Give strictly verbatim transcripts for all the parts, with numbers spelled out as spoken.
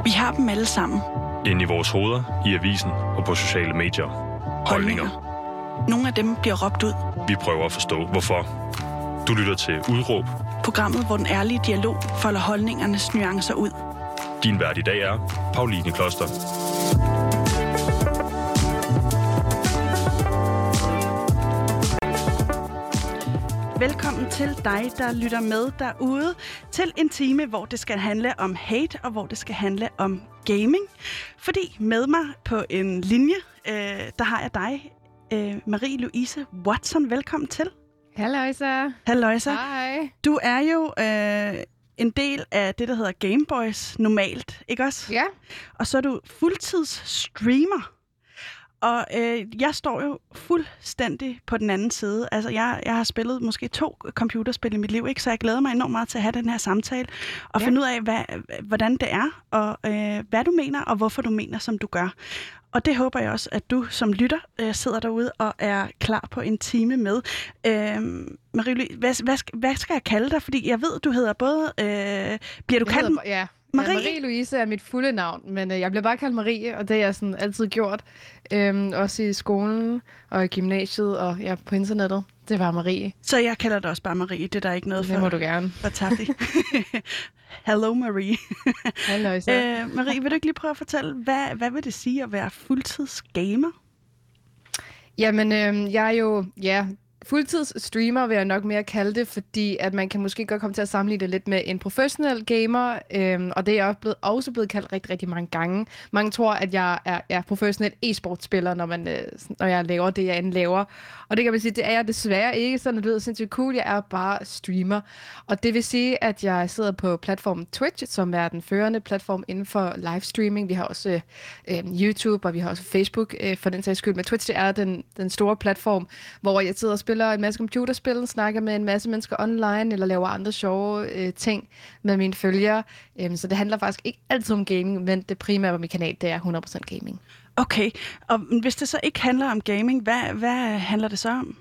Vi har dem alle sammen. Inde i vores hoveder, i avisen og på sociale medier. Holdninger. Holdninger. Nogle af dem bliver råbt ud. Vi prøver at forstå, hvorfor. Du lytter til Udråb. Programmet, hvor den ærlige dialog folder holdningernes nuancer ud. Din vært i dag er Pauline Kloster. Velkommen til dig, der lytter med derude, til en time, hvor det skal handle om hate, og hvor det skal handle om gaming. Fordi med mig på en linje, øh, der har jeg dig, øh, Marie-Louise Watson. Velkommen til. Halløjsa. Halløjsa. Hej. Du er jo øh, en del af det, der hedder Gameboys normalt, ikke også? Ja. Og så er du fuldtidsstreamer. Og øh, jeg står jo fuldstændig på den anden side. Altså, jeg, jeg har spillet måske to computerspil i mit liv, ikke? Så jeg glæder mig enormt meget til at have den her samtale og ja. finde ud af, hvad, hvordan det er, og øh, hvad du mener, og hvorfor du mener, som du gør. Og det håber jeg også, at du som lytter øh, sidder derude og er klar på en time med. Øh, Marie-Louise, hvad, hvad, hvad skal jeg kalde dig? Fordi jeg ved, du hedder både... Øh, bliver du kaldt... Hedder, ja. Marie? Marie-Louise er mit fulde navn, men øh, jeg bliver bare kaldt Marie, og det har jeg sådan altid gjort. Øhm, også i skolen og i gymnasiet og ja, på internettet. Det var Marie. Så jeg kalder dig også bare Marie, det er der ikke noget for. Det må du gerne. For taffy. Hello, Marie. Hallo, så. øh, Marie, vil du ikke lige prøve at fortælle, hvad, hvad vil det sige at være fuldtidsgamer? Jamen, øh, jeg er jo... ja. Fuldtidsstreamer vil jeg nok mere kalde det, fordi at man kan måske godt komme til at sammenligne det lidt med en professionel gamer, øhm, og det er jeg blevet, også blevet kaldt rigtig, rigtig mange gange. Mange tror, at jeg er, er professionel e-sportspiller, når, man, øh, når jeg laver det, jeg end laver. Og det kan man sige, det er jeg desværre ikke, sådan at det lyder sindssygt cool. Jeg er bare streamer. Og det vil sige, at jeg sidder på platformen Twitch, som er den førende platform inden for livestreaming. Vi har også øh, YouTube, og vi har også Facebook øh, for den sags skyld. Men Twitch, det er den, den store platform, hvor jeg sidder og spiller en masse computerspil, snakker med en masse mennesker online, eller laver andre sjove øh, ting med mine følgere. Øhm, så det handler faktisk ikke altid om gaming, men det primære på min kanal, det er hundrede procent gaming. Okay, og hvis det så ikke handler om gaming, hvad, hvad handler det så om?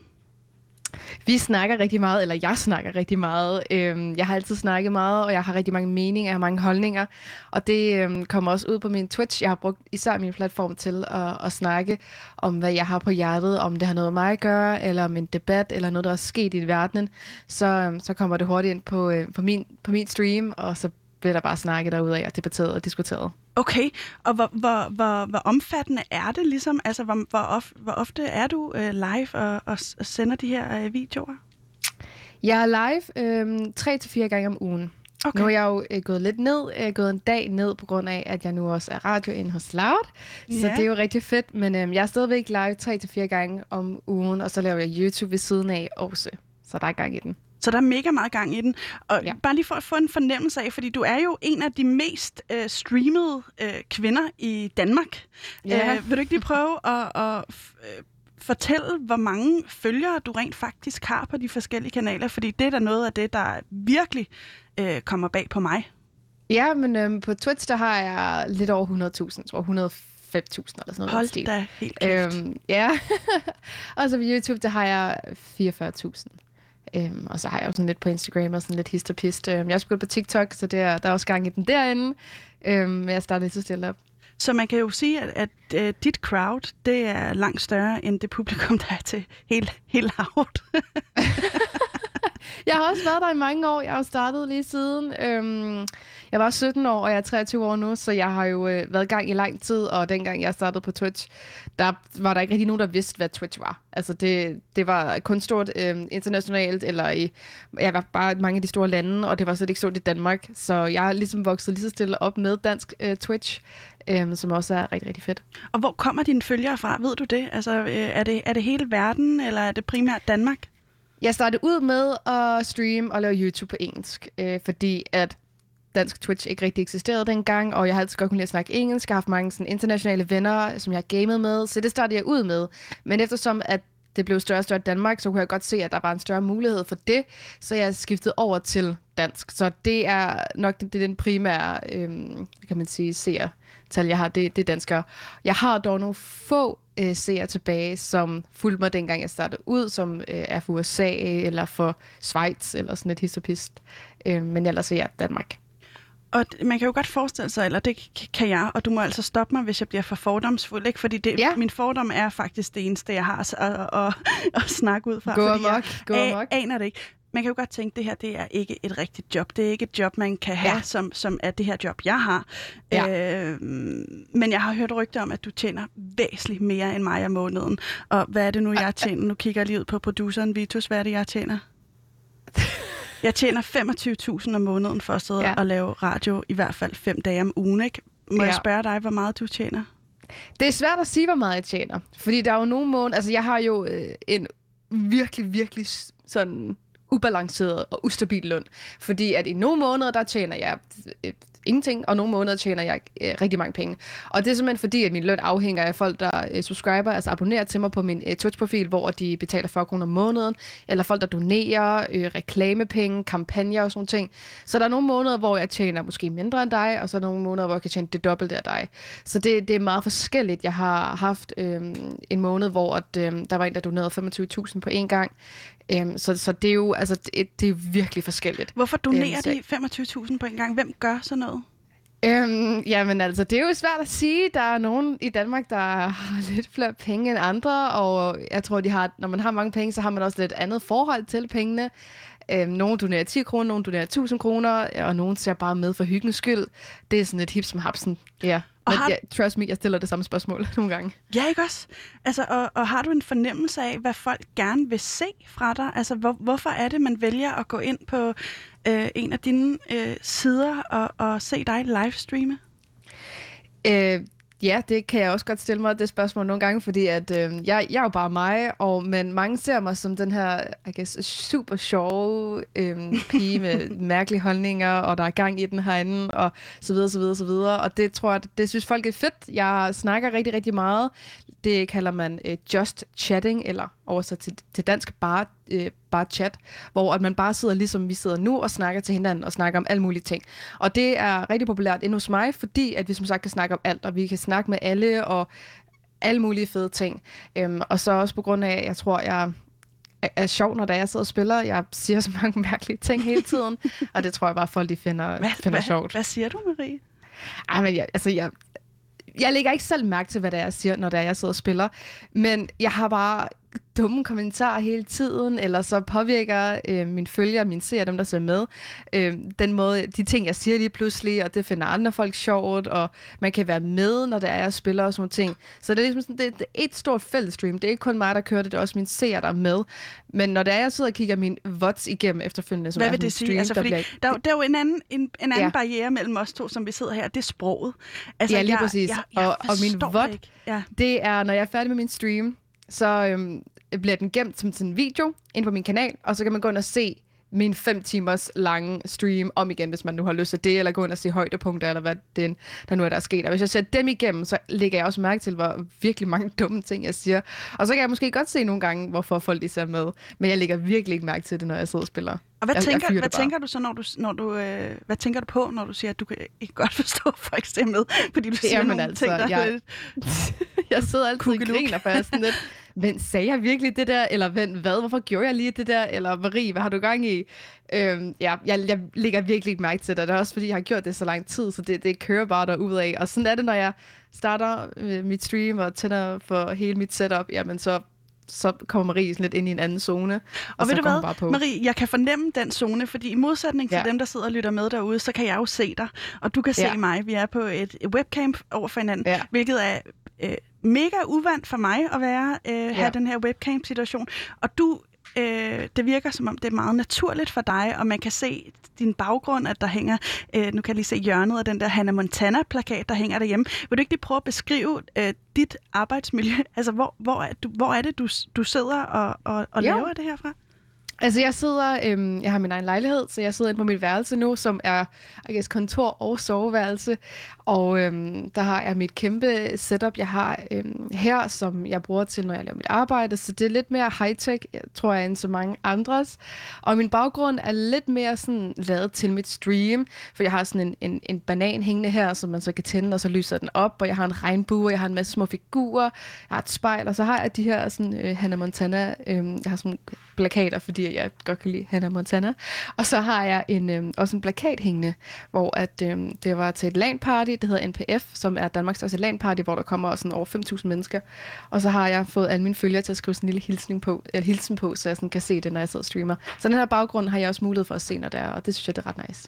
Vi snakker rigtig meget, eller jeg snakker rigtig meget. Øhm, jeg har altid snakket meget, og jeg har rigtig mange meninger, jeg har mange holdninger. Og det øhm, kommer også ud på min Twitch. Jeg har brugt især min platform til at, at snakke om, hvad jeg har på hjertet, om det har noget med mig at gøre, eller om en debat, eller noget, der er sket i verdenen. Så, øhm, så kommer det hurtigt ind på, øh, på, min, på min stream, og så bliver der bare snakket derudad og debatteret og diskuteret. Okay, og hvor, hvor, hvor, hvor omfattende er det ligesom? Altså, hvor, hvor, of, hvor ofte er du øh, live og, og sender de her øh, videoer? Jeg er live øh, tre til fire gange om ugen. Okay. Nu er jeg jo øh, gået lidt ned, øh, gået en dag ned, på grund af, at jeg nu også er radio inde hos Loud. Så yeah. det er jo rigtig fedt, men øh, jeg er stadigvæk live tre til fire gange om ugen, og så laver jeg YouTube ved siden af også. Så der er gang i den. Så der er mega meget gang i den. Og ja. bare lige for at få en fornemmelse af, fordi du er jo en af de mest øh, streamede øh, kvinder i Danmark. Ja. Øh, vil du ikke lige prøve at, at øh, fortælle, hvor mange følgere du rent faktisk har på de forskellige kanaler? Fordi det er da noget af det, der virkelig øh, kommer bag på mig. Ja, men øh, på Twitch, der har jeg lidt over hundrede tusind, tror hundrede og fem tusind eller sådan noget. Hold da helt kæft. Øhm, ja, og så på YouTube, der har jeg fireogfyrre tusind. Øhm, og så har jeg jo sådan lidt på Instagram og sådan lidt hist og pist. Øhm, jeg er også gået på TikTok, så der, der er også gang i den derinde. Øhm, men jeg starter lidt så stille op. Så man kan jo sige, at, at uh, dit crowd, det er langt større end det publikum, der er til helt, helt Loud. Jeg har også været der i mange år. Jeg har jo startet lige siden. Øhm, jeg var sytten år, og jeg er treogtyve år nu, så jeg har jo øh, været i gang i lang tid, og dengang jeg startede på Twitch, der var der ikke rigtig nogen, der vidste, hvad Twitch var. Altså det, det var kun stort øh, internationalt, eller i jeg var bare mange af de store lande, og det var slet ikke stort i Danmark. Så jeg har ligesom vokset lige så stille op med dansk øh, Twitch, øh, som også er rigtig, rigtig fedt. Og hvor kommer dine følgere fra? Ved du det? Altså, øh, er det, er det hele verden, eller er det primært Danmark? Jeg startede ud med at streame og lave YouTube på engelsk, øh, fordi at dansk Twitch ikke rigtig eksisterede dengang, og jeg har altid godt kunne lide at snakke engelsk. Jeg har haft mange sådan, internationale venner, som jeg har gamet med, så det startede jeg ud med. Men eftersom at det blev større og større i Danmark, så kunne jeg godt se, at der var en større mulighed for det, så jeg skiftede over til dansk. Så det er nok det, det er den primære, øh, kan man sige, seertal, jeg har, det, det er danskere. Jeg har dog nogle få øh, seere tilbage, som fulgte mig dengang jeg startede ud, som øh, er for U S A eller for Schweiz eller sådan et hist og pist. Øh, men ellers er jeg Danmark. Og man kan jo godt forestille sig, eller det kan jeg, og du må altså stoppe mig, hvis jeg bliver for fordomsfuld, ikke? Fordi det, ja. min fordom er faktisk det eneste, jeg har at, at, at, at snakke ud fra. Gå fordi amok, gå amok. Jeg aner det ikke. Man kan jo godt tænke, at det her det er ikke et rigtigt job. Det er ikke et job, man kan have, ja. som, som er det her job, jeg har. Ja. Øh, men jeg har hørt rygter om, at du tjener væsentligt mere end mig om måneden. Og hvad er det nu, jeg tjener? Nu kigger jeg lige ud på produceren Vitus. Hvad er det, jeg tjener? Jeg tjener femogtyve tusind om måneden for at sidde ja. og lave radio i hvert fald fem dage om ugen, ikke? Må ja. jeg spørge dig, hvor meget du tjener? Det er svært at sige, hvor meget jeg tjener. Fordi der er jo nogle måneder... Altså, jeg har jo øh, en virkelig, virkelig sådan ubalanceret og ustabil løn. Fordi at i nogle måneder, der tjener jeg øh, ingenting, og nogle måneder tjener jeg øh, rigtig mange penge. Og det er simpelthen fordi, at min løn afhænger af folk, der øh, subscriber, altså abonnerer til mig på min øh, Twitch-profil, hvor de betaler fyrre kroner om måneden, eller folk, der donerer, øh, reklamepenge, kampagner og sådan ting. Så der er nogle måneder, hvor jeg tjener måske mindre end dig, og så er der nogle måneder, hvor jeg kan tjene det dobbelte af dig. Så det, det er meget forskelligt. Jeg har haft øh, en måned, hvor at, øh, der var en, der donerede femogtyve tusind på én gang. Um, så, så det er jo altså, det, det er virkelig forskelligt. Hvorfor donerer um, så... de femogtyve tusind på en gang? Hvem gør sådan noget? Um, jamen altså, det er jo svært at sige. Der er nogen i Danmark, der har lidt flere penge end andre, og jeg tror, de har, når man har mange penge, så har man også lidt andet forhold til pengene. Um, nogle donerer ti kroner, nogle donerer tusind kroner, og nogle ser bare med for hyggens skyld. Det er sådan et hip som hapsen. Ja. Men har... ja, trust me, jeg stiller det samme spørgsmål nogle gange. Ja, ikke også? Altså, og, og har du en fornemmelse af, hvad folk gerne vil se fra dig? Altså, hvor, hvorfor er det, man vælger at gå ind på øh, en af dine øh, sider og, og se dig livestreame? Øh, ja, det kan jeg også godt stille mig det spørgsmål nogle gange, fordi at, øh, jeg, jeg er jo bare mig, og, men mange ser mig som den her I guess, super sjove øh, pige med mærkelige holdninger, og der er gang i den herinde, og så videre, så videre, så videre. Og det tror jeg, det synes folk er fedt. Jeg snakker rigtig, rigtig meget. Det kalder man øh, just chatting, eller oversat til, til dansk bare, øh, bare chat, hvor at man bare sidder ligesom vi sidder nu og snakker til hinanden og snakker om alle mulige ting. Og det er rigtig populært inde hos mig, fordi at vi som sagt kan snakke om alt, og vi kan snakke med alle og alle mulige fede ting. Øhm, og så også på grund af, jeg tror, jeg er, er sjov, når jeg sidder og spiller. Jeg siger så mange mærkelige ting hele tiden, og det tror jeg bare, folk de finder, hvad, finder hvad, sjovt. Hvad siger du, Marie? Ej, men jeg, altså jeg... Jeg lægger ikke selv mærke til, hvad det er, jeg siger, når det er, jeg sidder og spiller. Men jeg har bare dumme kommentarer hele tiden, eller så påvirker øh, mine følgere, mine seere, dem der ser med, øh, den måde, de ting, jeg siger lige pludselig, og det finder andre folk sjovt, og man kan være med, når det er, jeg spiller og sådan nogle ting. Så det er ligesom sådan, det, det er et stort fællesstream. Det er ikke kun mig, der kører det, det er også mine seere, der er med. Men når det er, jeg sidder og kigger mine V O Ds igennem efterfølgende, som hvad er vil det stream, sige? Altså, der, fordi bliver... der, der er jo en anden, en, en anden ja. barriere mellem os to, som vi sidder her, det er sproget. Altså, ja, lige jeg, præcis. Jeg, jeg, jeg og, og min V O D, det, ja. det er, når jeg er færdig med min stream, så øhm, bliver den gemt som sådan en video ind på min kanal, og så kan man gå ind og se min fem timers lange stream om igen, hvis man nu har lyst til det, eller gå ind og se højdepunkter, eller hvad det, der nu er, der er sket. Og hvis jeg ser dem igennem, så lægger jeg også mærke til, hvor virkelig mange dumme ting, jeg siger. Og så kan jeg måske godt se nogle gange, hvorfor folk de ser med, men jeg lægger virkelig ikke mærke til det, når jeg sidder og spiller. Og hvad, jeg, tænker, jeg hvad tænker du så, når du, når du øh, hvad tænker du på, når du siger, at du kan ikke godt forstå, at folk ser med, fordi du siger Jamen nogle altså, ting, der jeg, lidt... jeg sidder altid og griner, for jeg er sådan lidt, men sagde jeg virkelig det der, eller hvad, hvad, hvorfor gjorde jeg lige det der, eller Marie, hvad har du gang i? Øhm, ja, jeg, jeg lægger virkelig ikke mærke til det, det er også fordi, jeg har gjort det så lang tid, så det, det kører bare derudad, og sådan er det, når jeg starter øh, mit stream og tænder for hele mit setup, jamen så så kommer Marie sådan lidt ind i en anden zone. Og, og så ved du hvad, bare på. Marie, jeg kan fornemme den zone, fordi i modsætning til ja. dem, der sidder og lytter med derude, så kan jeg jo se dig, og du kan se ja. mig. Vi er på et webcam over for hinanden, ja. hvilket er øh, mega uvant for mig at være øh, ja. have den her webcam-situation. Og du, øh, det virker som om, det er meget naturligt for dig, og man kan se din baggrund, at der hænger, øh, nu kan jeg lige se hjørnet af den der Hannah Montana-plakat, der hænger derhjemme. Vil du ikke lige prøve at beskrive øh, dit arbejdsmiljø? Altså, hvor, hvor, er, du, hvor er det, du, du sidder og, og, og laver det herfra? Altså, jeg sidder, øhm, jeg har min egen lejlighed, så jeg sidder inde på mit værelse nu, som er, I guess, kontor og soveværelse. Og øhm, der har jeg mit kæmpe setup, jeg har øhm, her, som jeg bruger til, når jeg laver mit arbejde. Så det er lidt mere high-tech, jeg tror jeg, end så mange andres. Og min baggrund er lidt mere sådan lavet til mit stream, for jeg har sådan en, en, en banan hængende her, som man så kan tænde, og så lyser den op. Og jeg har en regnbue, jeg har en masse små figurer, jeg har et spejl, og så har jeg de her sådan, øh, Hannah Montana, øh, jeg har sådan plakater, fordi jeg godt kan lide Hannah Montana. Og så har jeg en, øhm, også en plakat hængende, hvor at, øhm, det var til et LAN-party, det hedder N P F, som er Danmarks største LAN-party, hvor der kommer sådan over fem tusind mennesker. Og så har jeg fået alle mine følgere til at skrive sådan en lille hilsen på, eller hilsen på, så jeg sådan kan se det, når jeg sidder og streamer. Så den her baggrund har jeg også mulighed for at se, når det er, og det synes jeg, det er ret nice.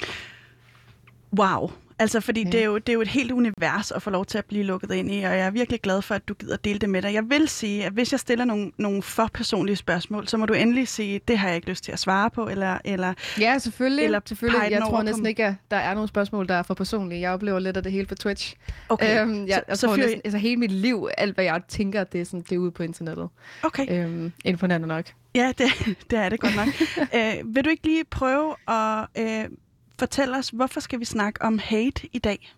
Wow. Altså, fordi Ja. det, er jo, det er jo et helt univers at få lov til at blive lukket ind i, og jeg er virkelig glad for, at du gider dele det med dig. Jeg vil sige, at hvis jeg stiller nogle, nogle for personlige spørgsmål, så må du endelig sige, det har jeg ikke lyst til at svare på, eller... eller Ja, selvfølgelig. Eller selvfølgelig. pege den Jeg over tror på næsten dem. ikke, at der er nogle spørgsmål, der er for personlige. Jeg oplever lidt af det hele på Twitch. Okay, Øhm, jeg, så, jeg så tror fyr... næsten, altså hele mit liv, alt hvad jeg tænker, det er, sådan, det er ude på internettet. Okay, Øhm, imponerende nok. ja, det, det er det godt nok. øh, vil du ikke lige prøve at øh, fortælle os, hvorfor skal vi snakke om hate i dag?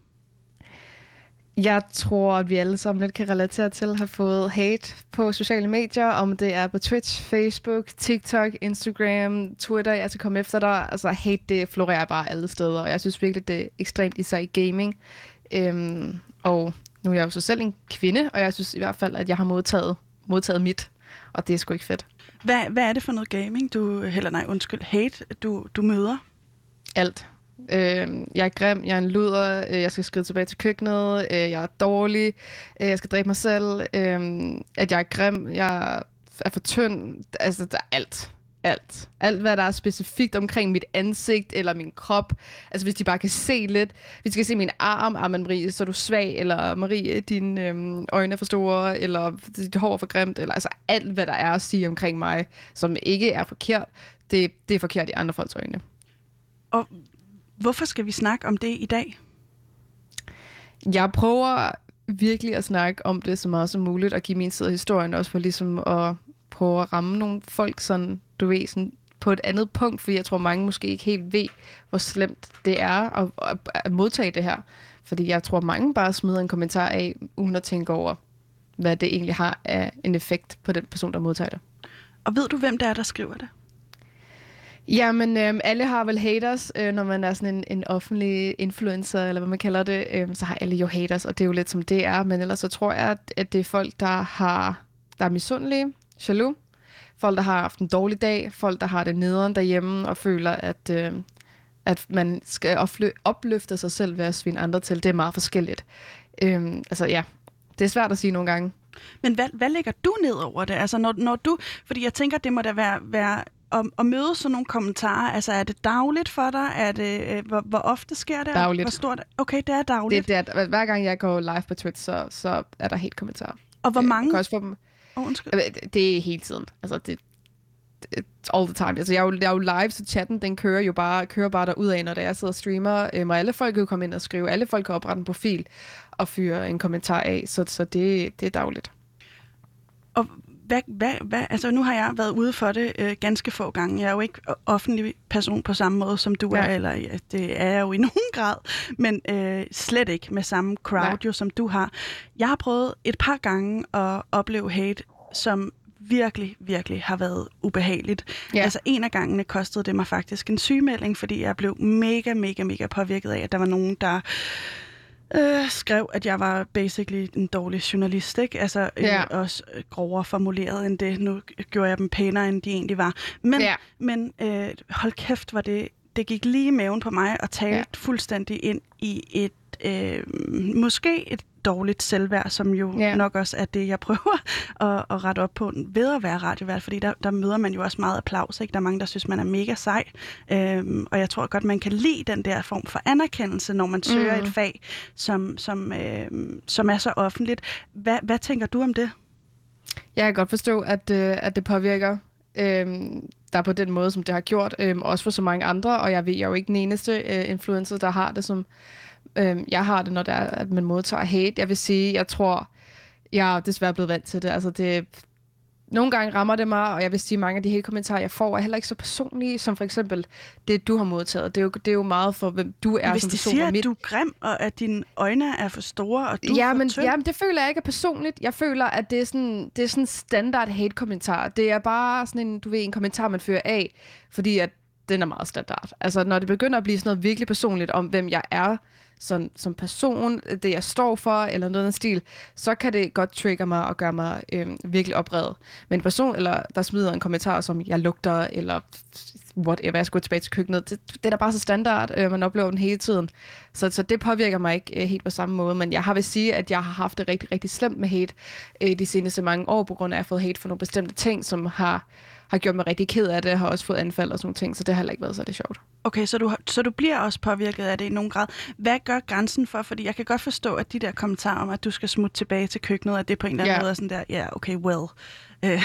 Jeg tror, at vi alle sammen lidt kan relatere til at have fået hate på sociale medier, om det er på Twitch, Facebook, TikTok, Instagram, Twitter. Jeg skal komme efter dig. Altså hate, det florerer bare alle steder, og jeg synes virkelig, det er ekstremt især i gaming. Øhm, og nu er jeg jo så selv en kvinde, og jeg synes i hvert fald, at jeg har modtaget, modtaget mit, og det er sgu ikke fedt. Hvad, hvad er det for noget gaming, du, heller nej, undskyld, hate, du, du møder? Alt. Øh, jeg er grim, jeg er en luder, øh, jeg skal skride tilbage til køkkenet, øh, jeg er dårlig, øh, jeg skal dræbe mig selv, øh, at jeg er grim, jeg er for tynd, altså der er alt. Alt. Alt, hvad der er specifikt omkring mit ansigt eller min krop. Altså, hvis de bare kan se lidt. Hvis de kan se min arm, ah, men Marie, så er du svag, eller Marie, dine øhm, øjne er for store, eller dit hår er for grimt, eller altså alt, hvad der er at sige omkring mig, som ikke er forkert, det, det er forkert i andre folks øjne. Og hvorfor skal vi snakke om det i dag? Jeg prøver virkelig at snakke om det så meget som muligt, og give min side af historien også for ligesom at prøve at ramme nogle folk sådan, du ved, sådan på et andet punkt, fordi jeg tror, mange måske ikke helt ved, hvor slemt det er at, at, at modtage det her. Fordi jeg tror, mange bare smider en kommentar af, uden at tænke over, hvad det egentlig har af en effekt på den person, der modtager det. Og ved du, hvem det er, der skriver det? Jamen, øhm, alle har vel haters, øh, når man er sådan en, en offentlig influencer, eller hvad man kalder det, øh, så har alle jo haters, og det er jo lidt som det er. Men ellers så tror jeg, at, at det er folk, der, har, der er misundelige, jaloux, folk, der har haft en dårlig dag, folk, der har det nederen derhjemme, og føler, at, øh, at man skal oplø- opløfte sig selv ved at svine andre til. Det er meget forskelligt. Øh, altså ja, det er svært at sige nogle gange. Men hvad, hvad lægger du ned over det? Altså, når, når du, fordi jeg tænker, det må da være... være At, at møde sådan nogle kommentarer, altså er det dagligt for dig? Er det, øh, hvor, hvor ofte sker det? Dagligt. Hvor stort? Okay, det er dagligt. Det, det er, hver gang jeg går live på Twitch, så, så er der helt kommentarer. Og hvor mange? Jeg kan også få dem. Oh, undskyld. Det er hele tiden. Altså, det, det all the time. Altså, jeg er jo, jeg er jo live, så chatten, den kører jo bare, kører bare derudad, når jeg sidder og streamer. Øhm, og alle folk kan jo komme ind og skrive. Alle folk kan oprette en profil og fyre en kommentar af. Så, så det, det er dagligt. Og hvad, hvad, hvad, altså nu har jeg været ude for det øh, ganske få gange. Jeg er jo ikke offentlig person på samme måde, som du ja. er, eller ja, det er jeg jo i nogen grad, men øh, slet ikke med samme crowd, jo, som du har. Jeg har prøvet et par gange at opleve hate, som virkelig, virkelig har været ubehageligt. Ja. Altså en af gangene kostede det mig faktisk en sygemelding, fordi jeg blev mega, mega, mega påvirket af, at der var nogen, der Øh, skrev, at jeg var basically en dårlig journalist, ikke? Altså øh, ja. også grovere formuleret end det. Nu gjorde jeg dem pænere, end de egentlig var. Men, ja. men øh, hold kæft, var det, det gik lige i maven på mig og talte ja. fuldstændig ind i et, øh, måske et dårligt selvværd, som jo ja. nok også er det, jeg prøver at, at rette op på ved at være radiovært, fordi der, der møder man jo også meget applaus, ikke? Der er mange, der synes, man er mega sej, øhm, og jeg tror godt, man kan lide den der form for anerkendelse, når man søger mm. et fag, som, som, øhm, som er så offentligt. Hvad, hvad tænker du om det? Jeg kan godt forstå, at, øh, at det påvirker øhm, der på den måde, som det har gjort, øhm, også for så mange andre, og jeg ved, jeg er jo ikke den eneste øh, influencer, der har det som Øhm, jeg har det, når det er, at man modtager hate. Jeg vil sige, jeg tror, jeg er desværre blevet vant til det. Altså det, nogle gange rammer det mig, og jeg vil sige, mange af de hele kommentarer, jeg får, er heller ikke så personlige, som for eksempel det, du har modtaget. Det er jo, det er jo meget for, hvem du er Hvis som de person. siger, at mit... du er grim, og at dine øjne er for store, og du ja, er for men, tynd. ja, men det føler jeg ikke er personligt. Jeg føler, at det er sådan, det er sådan standard hate-kommentar. Det er bare sådan en, du ved, en kommentar, man fører af, fordi at den er meget standard. Altså, når det begynder at blive sådan noget virkelig personligt om, hvem jeg er, som, som person, det jeg står for, eller noget af den stil, så kan det godt trigge mig og gøre mig øh, virkelig oprevet. Men en person, eller der smider en kommentar som, jeg lugter, eller whatever, jeg skal gå tilbage til køkkenet, det, det er da bare så standard, øh, man oplever den hele tiden. Så, så det påvirker mig ikke øh, helt på samme måde, men jeg har vil sige, at jeg har haft det rigtig, rigtig slemt med hate øh, de seneste mange år, på grund af, at jeg har fået hate for nogle bestemte ting, som har, har gjort mig rigtig ked af det, har også fået anfald og sådan nogle ting, så det har heller ikke været så det sjovt. Okay, så du, så du bliver også påvirket af det i nogen grad. Hvad gør grænsen for? Fordi jeg kan godt forstå, at de der kommentarer om, at du skal smutte tilbage til køkkenet, at det på en eller anden yeah. måde er sådan der, ja, yeah, okay, well, øh,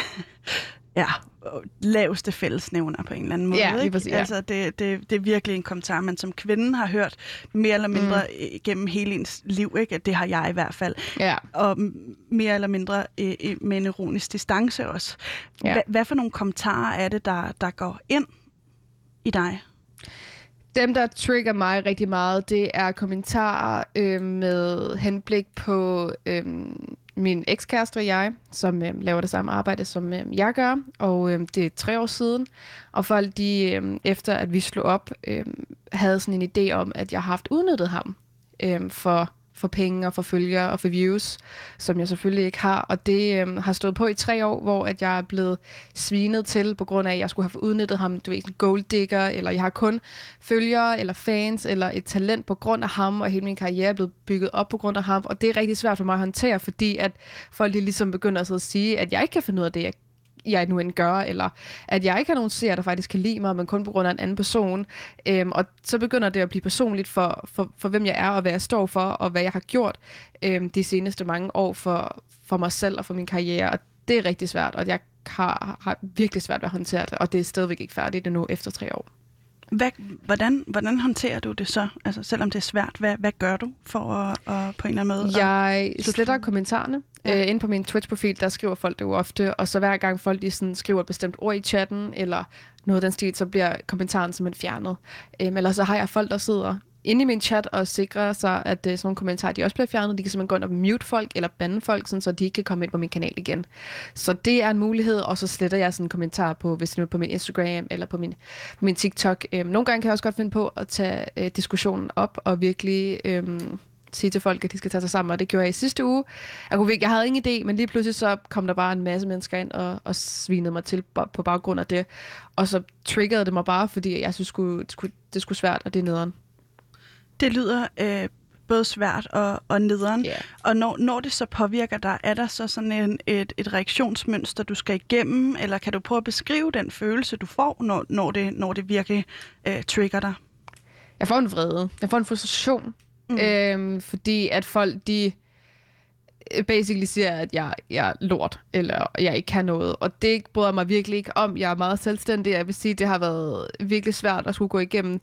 ja, laveste fællesnævner på en eller anden måde. Ja, ikke? Præcis, ja. Altså, det, det, det er virkelig en kommentar, man som kvinde har hørt mere eller mindre mm. gennem hele ens liv, ikke? Det har jeg i hvert fald. Ja. Og mere eller mindre øh, med en ironisk distance også. Ja. Hva, hvad for nogle kommentarer er det, der, der går ind i dig? Dem, der trigger mig rigtig meget, det er kommentarer øh, med henblik på øh, min ekskæreste og jeg, som øh, laver det samme arbejde, som øh, jeg gør, og øh, det er tre år siden. Og folk, de øh, efter at vi slog op, øh, havde sådan en idé om, at jeg har haft udnyttet ham øh, for... for penge og for følgere og for views, som jeg selvfølgelig ikke har. Og det øhm, har stået på i tre år, hvor at jeg er blevet svinet til, på grund af, at jeg skulle have udnyttet ham, du ved, en golddigger, eller jeg har kun følgere eller fans, eller et talent på grund af ham, og hele min karriere er blevet bygget op på grund af ham. Og det er rigtig svært for mig at håndtere, fordi at folk de ligesom begynder at, at sige, at jeg ikke kan finde ud af det, jeg jeg nu end gør, eller at jeg ikke har nogen seere, der faktisk kan lide mig, men kun på grund af en anden person. Øhm, og så begynder det at blive personligt for, for, for, hvem jeg er, og hvad jeg står for, og hvad jeg har gjort øhm, de seneste mange år for, for mig selv og for min karriere. Og det er rigtig svært, og jeg har, har virkelig svært ved at håndtere det, og det er stadigvæk ikke færdigt endnu efter tre år. Hvad, hvordan, hvordan håndterer du det så? Altså, selvom det er svært, hvad, hvad gør du for at, at på en eller anden måde... Jeg sletter kommentarerne. Ja. Øh, inde på min Twitch-profil, der skriver folk det jo ofte, og så hver gang folk de sådan, skriver et bestemt ord i chatten, eller noget af den stil, så bliver kommentaren simpelthen fjernet. Øhm, eller så har jeg folk, der sidder inde i min chat og sikrer sig, at uh, sådan nogle kommentarer de også bliver fjernet. De kan simpelthen gå ind og mute folk eller bande folk, sådan, så de ikke kan komme ind på min kanal igen. Så det er en mulighed, og så sletter jeg sådan en kommentar på, hvis det er på min Instagram eller på min, på min TikTok. Øhm, nogle gange kan jeg også godt finde på at tage øh, diskussionen op og virkelig... Øhm, sige til folk, at de skal tage sig sammen, og det gjorde jeg i sidste uge. Jeg, kunne, jeg havde ingen idé, men lige pludselig så kom der bare en masse mennesker ind og, og svinede mig til på baggrund af det. Og så triggerede det mig bare, fordi jeg synes, det skulle, det skulle svært, og det er nederen. Det lyder øh, både svært og, og nederen. Yeah. Og når, når det så påvirker dig, er der så sådan en, et, et reaktionsmønster, du skal igennem, eller kan du prøve at beskrive den følelse, du får, når, når, det, når det virkelig øh, trigger dig? Jeg får en vrede. Jeg får en frustration. Mm. Øhm, fordi at folk, de basically siger, at jeg, jeg er lort, eller jeg ikke kan noget. Og det bryder mig virkelig ikke om. Jeg er meget selvstændig. Jeg vil sige, at det har været virkelig svært at skulle gå igennem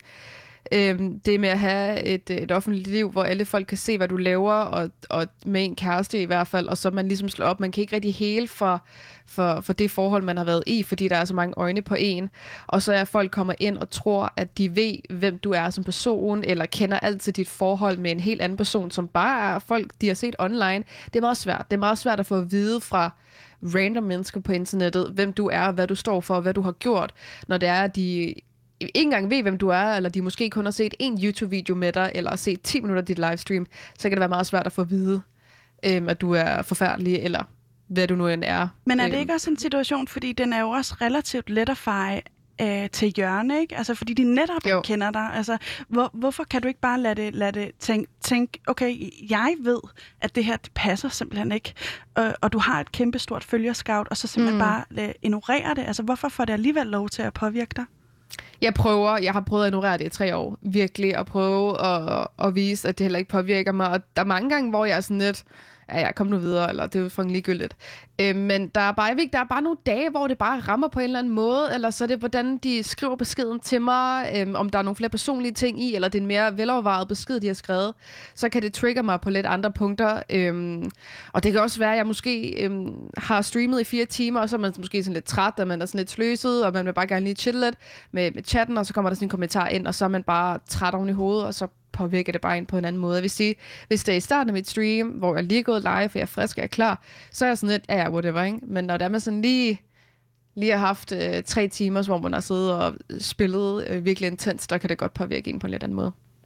øhm, det med at have et, et offentligt liv, hvor alle folk kan se, hvad du laver, og, og med en kæreste i hvert fald, og så man ligesom slår op. Man kan ikke rigtig hele for, for, for det forhold, man har været i, fordi der er så mange øjne på en. Og så er folk kommer ind og tror, at de ved, hvem du er som person, eller kender altid dit forhold med en helt anden person, som bare er folk, de har set online. Det er meget svært. Det er meget svært at få at vide fra random mennesker på internettet, hvem du er, hvad du står for, hvad du har gjort, når det er, at de ikke engang ved, hvem du er, eller de måske kun har set en YouTube-video med dig, eller har set ti minutter af dit livestream, så kan det være meget svært at få at vide, øhm, at du er forfærdelig, eller hvad du nu end er. Men er det ikke også en situation, fordi den er jo også relativt let at feje øh, til hjørne, ikke? Altså, fordi de netop jo. kender dig. Altså, hvor, hvorfor kan du ikke bare lade det, lade det tænke, tænk, okay, jeg ved, at det her det passer simpelthen ikke, og, og du har et kæmpe stort følgerscout, og så simpelthen mm. bare øh, ignorere det. Altså, hvorfor får det alligevel lov til at påvirke dig? Jeg prøver, jeg har prøvet at ignorere det i tre år, virkelig, at prøve at, at vise, at det heller ikke påvirker mig. Og der er mange gange, hvor jeg er sådan lidt, ja, jeg kom nu videre, eller det er jo fucking ligegyldigt. Øh, men der er, bare, der er bare nogle dage, hvor det bare rammer på en eller anden måde, eller så er det, hvordan de skriver beskeden til mig, øh, om der er nogle flere personlige ting i, eller det er en mere velovervejet besked, de har skrevet, så kan det trigge mig på lidt andre punkter. Øh, og det kan også være, at jeg måske øh, har streamet i fire timer, og så er man måske sådan lidt træt, og man er sådan lidt sløset, og man vil bare gerne lige chille lidt med, med chatten, og så kommer der sådan en kommentar ind, og så er man bare træt oven i hovedet, og så påvirker det bare ind på en anden måde. Jeg vil sige, hvis det er i starten af mit stream, hvor jeg lige er gået live, og jeg er frisk og jeg er klar, så er jeg sådan lidt, ja, ja, whatever, ikke? Men når der man sådan lige, lige har haft øh, tre timer, hvor man har siddet og spillet øh, virkelig intens, der kan det godt påvirke en på en lidt anden måde.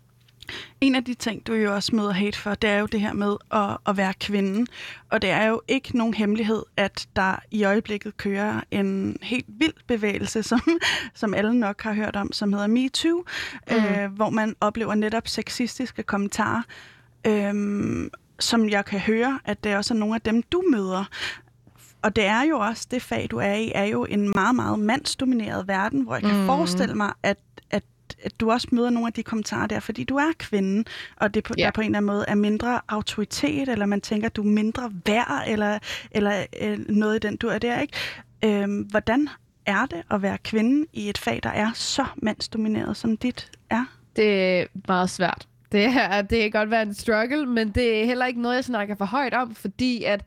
En af de ting, du jo også møder hate for, det er jo det her med at, at være kvinde. Og det er jo ikke nogen hemmelighed, at der i øjeblikket kører en helt vild bevægelse, som, som alle nok har hørt om, som hedder MeToo, mm. øh, hvor man oplever netop sexistiske kommentarer, øh, som jeg kan høre, at det også er nogle af dem, du møder. Og det er jo også, det fag, du er i, er jo en meget, meget mandsdomineret verden, hvor jeg kan mm. forestille mig, at, at, at du også møder nogle af de kommentarer der, fordi du er kvinde, og det på, yeah. der på en eller anden måde er mindre autoritet, eller man tænker, at du er mindre værd, eller, eller øh, noget i den, du er der, ikke? Øhm, hvordan er det at være kvinde i et fag, der er så mandsdomineret, som dit er? Det er meget svært. Det, er, det kan godt være en struggle, men det er heller ikke noget, jeg snakker for højt om, fordi at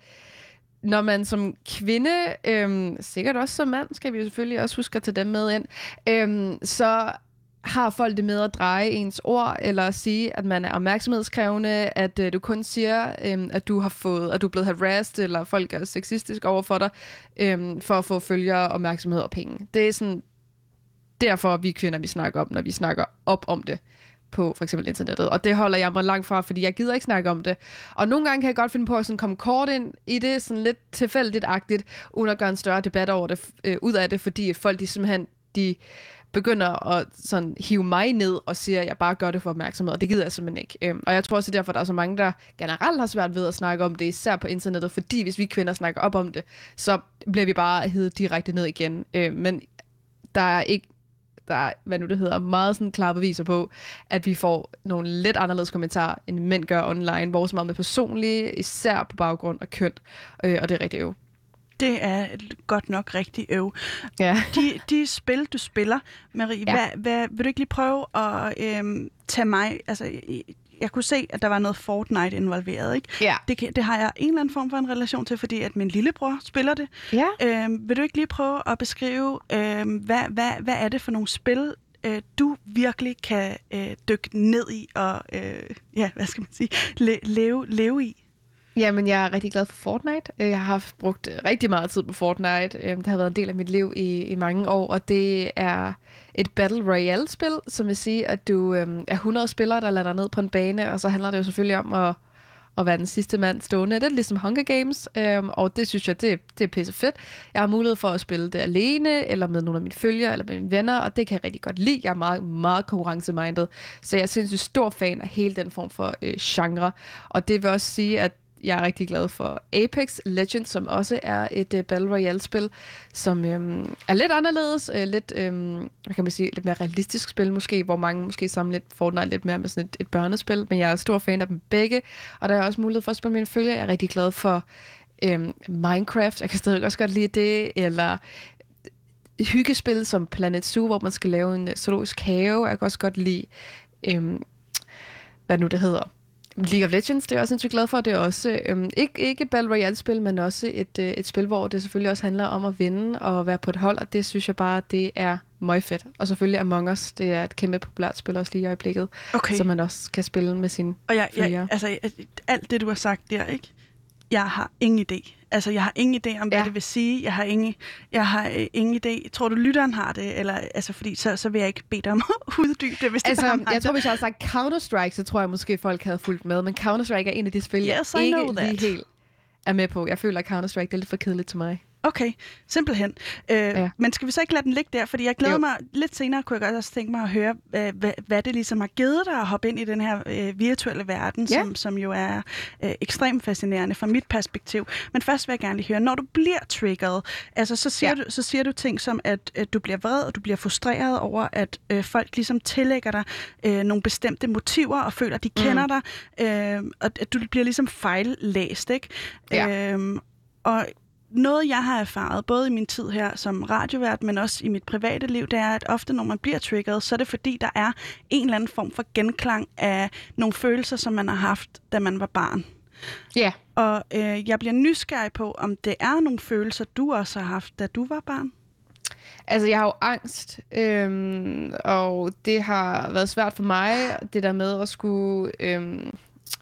når man som kvinde, øhm, sikkert også som mand, skal vi jo selvfølgelig også huske at tage dem med ind, øhm, så har folk det med at dreje ens ord, eller at sige, at man er opmærksomhedskrævende, at øh, du kun siger, øhm, at du har fået, at du er blevet harassed, eller folk er sexistiske over for dig, øhm, for at få følgere, opmærksomhed og penge. Det er sådan derfor, vi kvinder, vi snakker om, når vi snakker op om det på for eksempel internettet. Og det holder jeg mig langt fra, fordi jeg gider ikke snakke om det. Og nogle gange kan jeg godt finde på at sådan komme kort ind i det, sådan lidt tilfældigt-agtigt, uden at gøre en større debat over det, øh, ud af det, fordi folk de simpelthen de begynder at sådan hive mig ned og siger, at jeg bare gør det for opmærksomhed, og det gider jeg simpelthen ikke. Øhm, og jeg tror også, det er derfor, der er så mange, der generelt har svært ved at snakke om det, især på internettet, fordi hvis vi kvinder snakker op om det, så bliver vi bare heddet direkte ned igen. Øhm, men der er ikke der er, hvad nu det hedder, meget sådan klare beviser på, at vi får nogle lidt anderledes kommentarer, end mænd gør online, hvor så meget med personlige, især på baggrund af køn, øh, og det er rigtig øv. Det er godt nok rigtig øv. Ja. De, de spil, du spiller, Marie, ja. hvad, hvad, vil du ikke lige prøve at øhm, tage mig, altså jeg kunne se, at der var noget Fortnite involveret, ikke? Ja. Det, det har jeg en eller anden form for en relation til, fordi at min lillebror spiller det. Ja. Øhm, vil du ikke lige prøve at beskrive, øhm, hvad, hvad, hvad er det for nogle spil, øh, du virkelig kan øh, dykke ned i og, øh, ja, hvad skal man sige, le, leve, leve i? Jamen, jeg er rigtig glad for Fortnite. Jeg har haft brugt rigtig meget tid på Fortnite. Det har været en del af mit liv i, i mange år, og det er et Battle Royale-spil, som vil sige, at du øhm, er hundrede spillere, der lander ned på en bane, og så handler det jo selvfølgelig om at, at være den sidste mand stående. Det er ligesom Hunger Games, øhm, og det synes jeg, det, det er pisse fedt. Jeg har mulighed for at spille det alene, eller med nogle af mine følgere, eller med mine venner, og det kan jeg rigtig godt lide. Jeg er meget, meget konkurrencemindet, så jeg er sindssygt stor fan af hele den form for øh, genre, og det vil også sige, at jeg er rigtig glad for Apex Legends, som også er et uh, Battle Royale-spil, som øhm, er lidt anderledes, øh, lidt, øhm, hvad kan man sige, lidt mere realistisk spil måske, hvor mange måske sammenligner Fortnite lidt mere med sådan et, et børnespil, men jeg er stor fan af dem begge, og der er også mulighed for at spille med mine følgere. Jeg er rigtig glad for øhm, Minecraft, jeg kan stadig også godt lide det, eller hyggespil som Planet Zoo, hvor man skal lave en zoologisk have, jeg kan også godt lide, øhm, hvad nu det hedder, League of Legends, det er jeg også sindssygt glad for. Det er også øhm, ikke, ikke et Battle Royale-spil, men også et, øh, et spil, hvor det selvfølgelig også handler om at vinde og være på et hold, og det synes jeg bare, det er meget fedt. Og selvfølgelig Among Us, det er et kæmpe populært spil også lige i øjeblikket, okay. som man også kan spille med sine og jeg, følgere. jeg, altså, alt det, du har sagt der, ikke? Jeg har ingen idé. Altså, jeg har ingen idé om, hvad ja. det vil sige. Jeg har ingen, jeg har øh, ingen idé. Tror du, lytteren har det? Eller, altså, fordi så, så vil jeg ikke bede dig om at uddybe det, hvis altså, det er jeg det. tror, hvis jeg havde sagt Counter-Strike, så tror jeg måske, folk havde fulgt med. Men Counter-Strike er en af de spil, yes, jeg ikke lige helt er med på. Jeg føler, at Counter-Strike det er lidt for kedeligt til mig. Okay, simpelthen. Øh, ja. Men skal vi så ikke lade den ligge der? Fordi jeg glæder jo. mig lidt senere, kunne jeg godt også tænke mig at høre, hvad, hvad, hvad det ligesom har givet dig at hoppe ind i den her øh, virtuelle verden, ja. som, som jo er øh, ekstremt fascinerende fra mit perspektiv. Men først vil jeg gerne lige høre, når du bliver triggeret, altså så siger, ja. du, så siger du ting som, at, at du bliver vred, og du bliver frustreret over, at øh, folk ligesom tillægger dig øh, nogle bestemte motiver, og føler, at de kender mm. dig, øh, og at du bliver ligesom fejllæst, ikke? Ja. Øh, og noget, jeg har erfaret, både i min tid her som radiovært, men også i mit private liv, det er, at ofte, når man bliver triggeret, så er det fordi, der er en eller anden form for genklang af nogle følelser, som man har haft, da man var barn. Ja. Yeah. Og øh, jeg bliver nysgerrig på, om det er nogle følelser, du også har haft, da du var barn. Altså, jeg har jo angst, øhm, og det har været svært for mig, det der med at skulle øhm,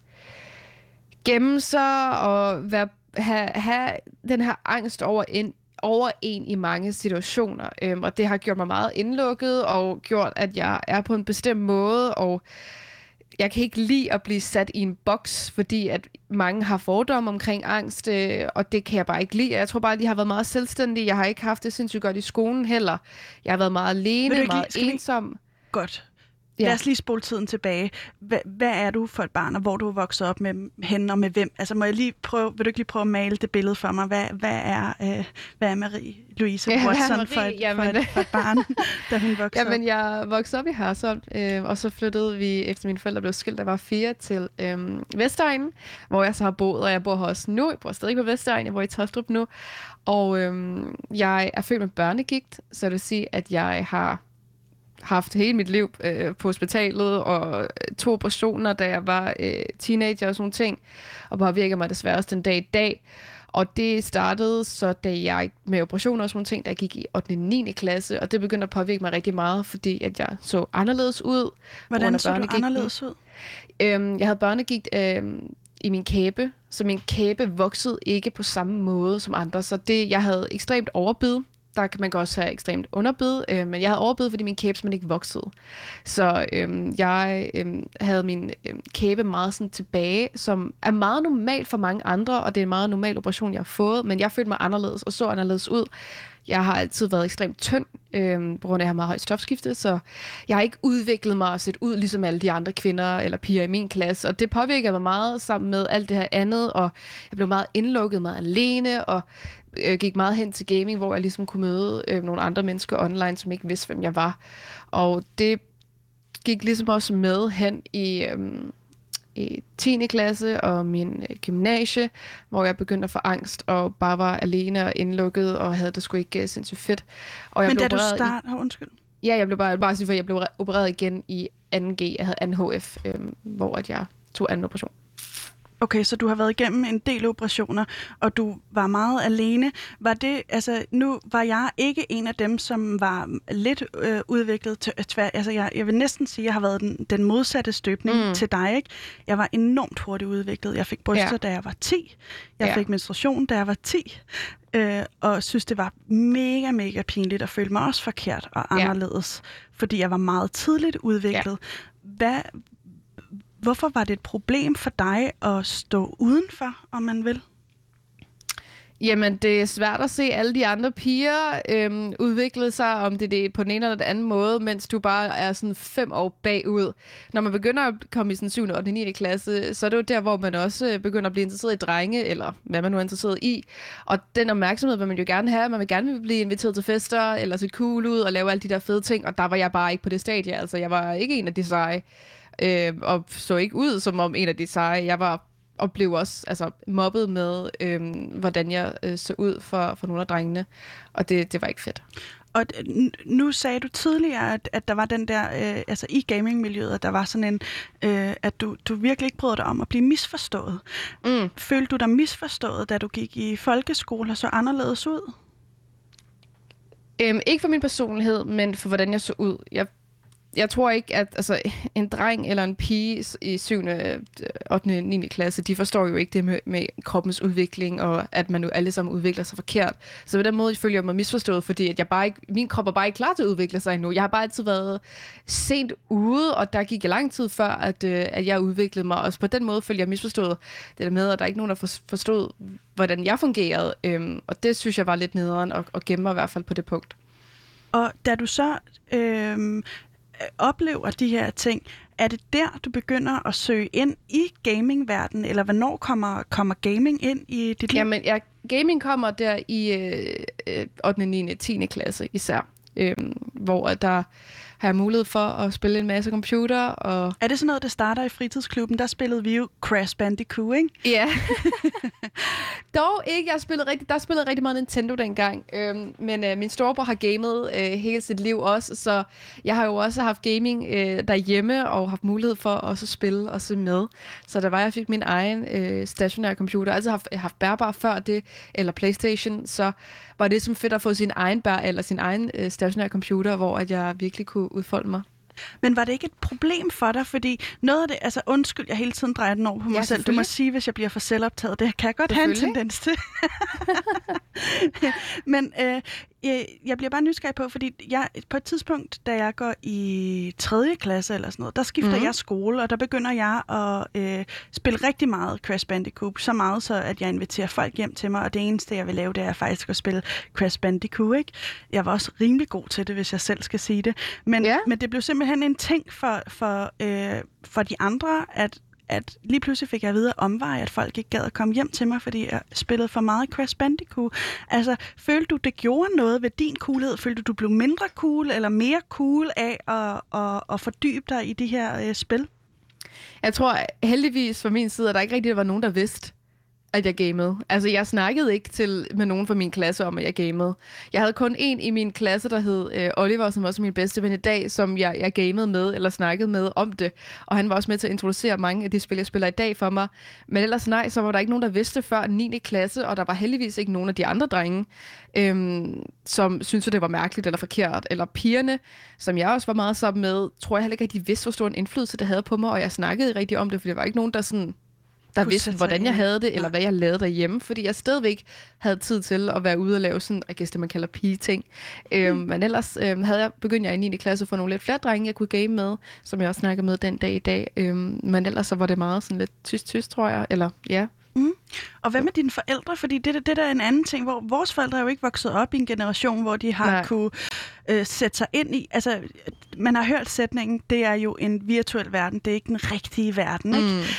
gemme sig og være have, have den her angst over en, over en i mange situationer. Øhm, og det har gjort mig meget indlukket og gjort, at jeg er på en bestemt måde og jeg kan ikke lide at blive sat i en boks, fordi at mange har fordomme omkring angst, øh, og det kan jeg bare ikke lide. Jeg tror bare, at de har været meget selvstændige. Jeg har ikke haft det sindssygt godt i skolen heller. Jeg har været meget alene, meget lide, ensom. Vi... Godt. Ja. Lad os lige spole tiden tilbage. Hvad, hvad er du for et barn, og hvor du er vokset op med hende og med hvem? Altså, må jeg lige prøve, vil du ikke lige prøve at male det billede for mig? Hvad, hvad, er, øh, hvad er Marie-Louise ja, Watson Marie? for, et, Jamen, for, et, for et barn, da hun voksede Jamen, op? jeg voksede op i Hørsholm, øh, og så flyttede vi, efter mine forældre blev skilt, da jeg var fire, til øh, Vestegnen, hvor jeg så har boet, og jeg bor her også nu. Jeg bor stadig på Vestegnen, jeg bor i Tostrup nu. Og øh, jeg er født med børnegigt, så det vil sige, at jeg har haft hele mit liv øh, på hospitalet, og to operationer, da jeg var øh, teenager og sådan nogle ting, og påvirker mig desværre også den dag i dag. Og det startede så, da jeg med operationer og sådan nogle ting, da jeg gik i ottende og niende klasse, og det begyndte at påvirke mig rigtig meget, fordi at jeg så anderledes ud. Hvordan så du anderledes ud? Øhm, jeg havde børnegigt øhm, i min kæbe, så min kæbe voksede ikke på samme måde som andre, så det, jeg havde ekstremt overbid. Der kan man også have ekstremt underbid, øh, men jeg havde overbid, fordi min kæbe simpelthen ikke voksede. Så øh, jeg øh, havde min øh, kæbe meget sådan tilbage, som er meget normalt for mange andre, og det er en meget normal operation, jeg har fået, men jeg følte mig anderledes og så anderledes ud. Jeg har altid været ekstremt tynd, øh, på grund af, at jeg har meget højt stofskifte, så jeg har ikke udviklet mig og set ud ligesom alle de andre kvinder eller piger i min klasse, og det påvirker mig meget sammen med alt det her andet, og jeg blev meget indlukket, meget alene, og øh, gik meget hen til gaming, hvor jeg ligesom kunne møde øh, nogle andre mennesker online, som ikke vidste, hvem jeg var. Og det gik ligesom også med hen i... Øh, i tiende klasse og min øh, gymnasie, hvor jeg begyndte at få angst og bare var alene og indlukket og havde det sgu ikke uh, sindssygt fedt. Og jeg Men blev da du opereret startede... Oh, undskyld. I... Ja, jeg blev bare, bare sige, for jeg blev opereret igen i anden G. Jeg havde anden H F, øh, hvor at jeg tog anden operation. Okay, så du har været igennem en del operationer, og du var meget alene. Var det, altså, nu var jeg ikke en af dem, som var lidt øh, udviklet til tvær. Altså, jeg, jeg vil næsten sige, at jeg har været den, den modsatte støbning mm. til dig, ikke? Jeg var enormt hurtigt udviklet. Jeg fik bryster, ja. da jeg var ti. Jeg ja. fik menstruation, da jeg var ti. Øh, og synes, det var mega, mega pinligt, og følte mig også forkert og anderledes, ja. fordi jeg var meget tidligt udviklet. Ja. Hvad... Hvorfor var det et problem for dig at stå udenfor, om man vil? Jamen, det er svært at se alle de andre piger øhm, udvikle sig, om det er på den ene eller den anden måde, mens du bare er sådan fem år bagud. Når man begynder at komme i sådan syvende og niende klasse, så er det jo der, hvor man også begynder at blive interesseret i drenge, eller hvad man nu er interesseret i. Og den opmærksomhed vil man jo gerne have. Man vil gerne blive inviteret til fester, eller se cool ud, og lave alle de der fede ting, og der var jeg bare ikke på det stadie. Altså, jeg var ikke en af de seje. Øh, og så ikke ud som om en af de seje. Jeg var og blev også altså, mobbet med, øh, hvordan jeg øh, så ud for, for nogle af drengene. Og det, det var ikke fedt. Og nu sagde du tidligere, at, at der var den der, øh, altså i gamingmiljøet, at der var sådan en, øh, at du, du virkelig ikke brød dig om at blive misforstået. Mm. Følte du dig misforstået, da du gik i folkeskole og så anderledes ud? Øhm, ikke for min personlighed, men for hvordan jeg så ud. Jeg Jeg tror ikke, at altså, en dreng eller en pige i syvende, ottende, niende klasse, de forstår jo ikke det med, med kroppens udvikling, og at man jo alle sammen udvikler sig forkert. Så på den måde føler jeg mig misforstået, fordi at jeg bare ikke, min krop er bare ikke klar til at udvikle sig endnu. Jeg har bare altid været sent ude, og der gik jeg lang tid før, at, at jeg udviklede mig. Og på den måde føler jeg misforstået det der med, at der er ikke nogen, der forstod, hvordan jeg fungerede. Og det synes jeg var lidt nederen at, at gemme mig i hvert fald på det punkt. Og da du så... Øh... oplever de her ting, er det der, du begynder at søge ind i gamingverdenen, eller hvornår kommer, kommer gaming ind i dit liv? Jamen, ja, gaming kommer der i øh, ottende, niende, tiende klasse især, øh, hvor der har jeg mulighed for at spille en masse computer. Og... Er det sådan noget, der starter i fritidsklubben? Der spillede vi jo Crash Bandicoot, ikke? Ja. Dog ikke. Jeg spillede rigtig, der spillede rigtig meget Nintendo dengang. Øhm, men øh, min storebror har gamet øh, hele sit liv også, så jeg har jo også haft gaming øh, derhjemme og haft mulighed for også at spille og se med. Så der var, jeg fik min egen øh, stationære computer. Jeg har altid haft, haft bærbar før det, eller PlayStation, så var det som fedt at få sin egen bær eller sin egen øh, stationære computer, hvor at jeg virkelig kunne udfolde mig. Men var det ikke et problem for dig? Fordi noget af det, altså undskyld, jeg hele tiden drejer den over på mig ja, selv. Du må sige, hvis jeg bliver for selvoptaget. Det kan jeg godt have en tendens til. Men øh, jeg, jeg bliver bare nysgerrig på, fordi jeg, på et tidspunkt, da jeg går i tredje klasse eller sådan noget, der skifter mm-hmm. jeg skole, og der begynder jeg at øh, spille rigtig meget Crash Bandicoot. Så meget så, at jeg inviterer folk hjem til mig, og det eneste, jeg vil lave, det er faktisk at spille Crash Bandicoot, ikke? Jeg var også rimelig god til det, hvis jeg selv skal sige det. Men, yeah. men det blev simpelthen en ting for, for, øh, for de andre, at at lige pludselig fik jeg at vide omveje, at folk ikke gad at komme hjem til mig, fordi jeg spillede for meget Crash Bandicoot. Altså, følte du, det gjorde noget ved din coolhed? Følte du, du blev mindre cool eller mere cool af at, at, at fordybe dig i de her øh, spil? Jeg tror heldigvis fra min side, at der ikke rigtig var nogen, der vidste, at jeg gamede. Altså, jeg snakkede ikke til med nogen fra min klasse om, at jeg gamede. Jeg havde kun en i min klasse, der hed øh, Oliver, som også er min bedste ven i dag, som jeg, jeg gamede med, eller snakkede med om det. Og han var også med til at introducere mange af de spil, jeg spiller i dag for mig. Men ellers nej, så var der ikke nogen, der vidste før niende klasse, og der var heldigvis ikke nogen af de andre drenge, øhm, som syntes, at det var mærkeligt eller forkert. Eller pigerne, som jeg også var meget sammen med, tror jeg heller ikke, at de vidste, hvor stor en indflydelse det havde på mig, og jeg snakkede rigtig om det, for det var ikke nogen, der sådan... der vidste, hvordan jeg havde det, eller hvad jeg lavede derhjemme, fordi jeg stadigvæk havde tid til at være ude og lave sådan, jeg gæst det, man kalder pige-ting. Mm. Øhm, men ellers øhm, havde jeg, begyndt jeg i niende klasse at få nogle lidt flere drenge, jeg kunne game med, som jeg også snakkede med den dag i dag. Øhm, men ellers så var det meget sådan lidt tyst-tyst, tror jeg, eller ja. Mm. Og hvad med dine forældre? Fordi det, det der er en anden ting, hvor vores forældre er jo ikke vokset op i en generation, hvor de har Nej. kunne øh, sætte sig ind i. Altså, man har hørt sætningen, det er jo en virtuel verden, det er ikke den rigtige verden.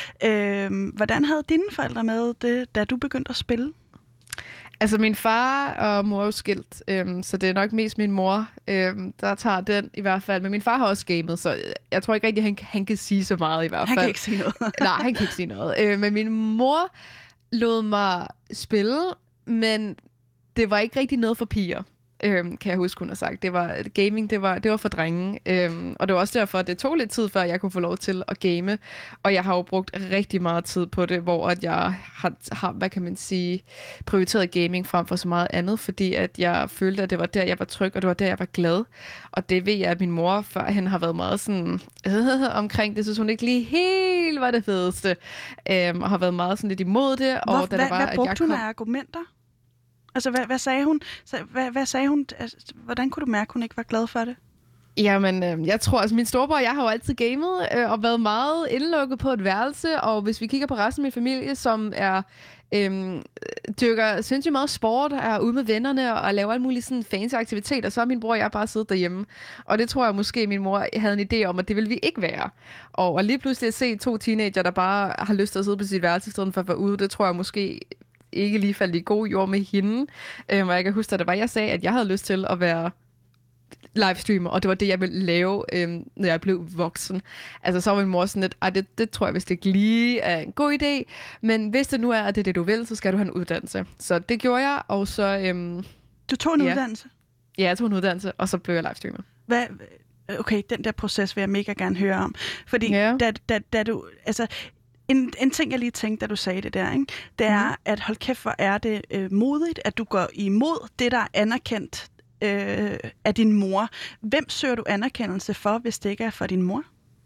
Ikke? Mm. Øh, hvordan havde dine forældre med det, da du begyndte at spille? Altså, min far og mor er jo skilt, øhm, så det er nok mest min mor, øhm, der tager den i hvert fald. Men min far har også gamet, så jeg tror ikke rigtig, han, han kan sige så meget i hvert fald. Han kan ikke sige noget. Nej, han kan ikke sige noget. Øh, men min mor lod mig spille, men det var ikke rigtig noget for piger. Øhm, kan jeg huske, hun har sagt. Det var gaming, det var, det var for drenge. Øhm, og det var også derfor, at det tog lidt tid, før jeg kunne få lov til at game. Og jeg har jo brugt rigtig meget tid på det, hvor at jeg har, har, hvad kan man sige, prioriteret gaming frem for så meget andet, fordi at jeg følte, at det var der, jeg var tryg, og det var der, jeg var glad. Og det ved jeg, at min mor førhen har været meget sådan øh, omkring det, synes hun ikke lige helt var det fedeste. Øhm, og har været meget sådan lidt imod det. Hvor, og da hvad, der var, hvad brugte at jeg hun kom... af argumenter? Altså, hvad, hvad sagde hun? Hvad, hvad sagde hun? Altså, hvordan kunne du mærke, at hun ikke var glad for det? Jamen, øh, jeg tror, altså min storebror og jeg har jo altid gamet øh, og været meget indlukket på et værelse, og hvis vi kigger på resten af min familie, som er øh, dyrker sindssygt meget sport, er ude med vennerne og, og laver alle mulige sådan fancy aktiviteter, så har min bror og jeg bare siddet derhjemme. Og det tror jeg måske, min mor havde en idé om, at det ville vi ikke være. Og, og lige pludselig at se to teenager, der bare har lyst til at sidde på sit værelse, i stedet for at være ude, det tror jeg måske ikke lige faldt i god jord med hende. Øhm, og jeg kan huske, at det var, jeg sagde, at jeg havde lyst til at være livestreamer, og det var det, jeg ville lave, øhm, når jeg blev voksen. Altså, så var min mor sådan lidt, ej, det, det tror jeg vist ikke lige er en god idé, men hvis det nu er, at det er det, du vil, så skal du have en uddannelse. Så det gjorde jeg, og så... Øhm, du tog en ja. uddannelse? Ja, jeg tog en uddannelse, og så blev jeg livestreamer. Hvad... Okay, den der proces vil jeg mega gerne høre om. Fordi ja. da, da, da du... Altså, En, en ting, jeg lige tænkte, da du sagde det der, ikke? Det er, mm. at hold kæft, hvor er det øh, modigt, at du går imod det, der er anerkendt øh, af din mor. Hvem søger du anerkendelse for, hvis det ikke er for din mor?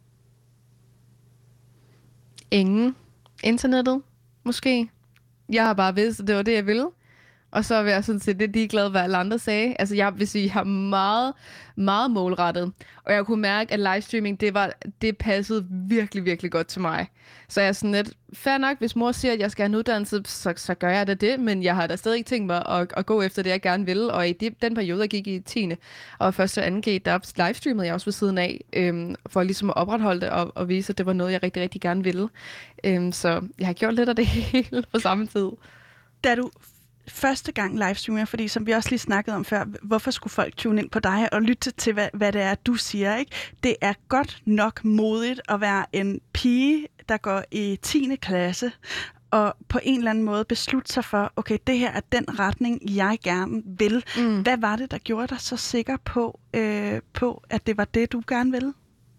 Ingen. Internettet, måske. Jeg har bare vidst, at det var det, jeg ville. Og så vil jeg sådan set lidt ligeglad, hvad alle andre sagde. Altså, jeg vil sige, jeg har meget, meget målrettet. Og jeg kunne mærke, at livestreaming, det, var, det passede virkelig, virkelig godt til mig. Så jeg er sådan lidt, fair nok, hvis mor siger, at jeg skal have en uddannelse, så, så gør jeg da det. Men jeg har da stadig ikke tænkt mig at, at gå efter det, jeg gerne vil. Og i det, den periode, jeg gik i tiende og første og anden G, der livestreamede jeg også ved siden af, øhm, for ligesom at opretholde det og, og vise, at det var noget, jeg rigtig, rigtig gerne ville. Øhm, så jeg har gjort lidt af det hele på samme tid. Da du første gang livestreamer, fordi som vi også lige snakkede om før, hvorfor skulle folk tune ind på dig og lytte til, hvad, hvad det er, du siger, ikke? Det er godt nok modigt at være en pige, der går i tiende klasse, og på en eller anden måde beslutte sig for, okay, det her er den retning, jeg gerne vil. Mm. Hvad var det, der gjorde dig så sikker på, øh, på, at det var det, du gerne ville?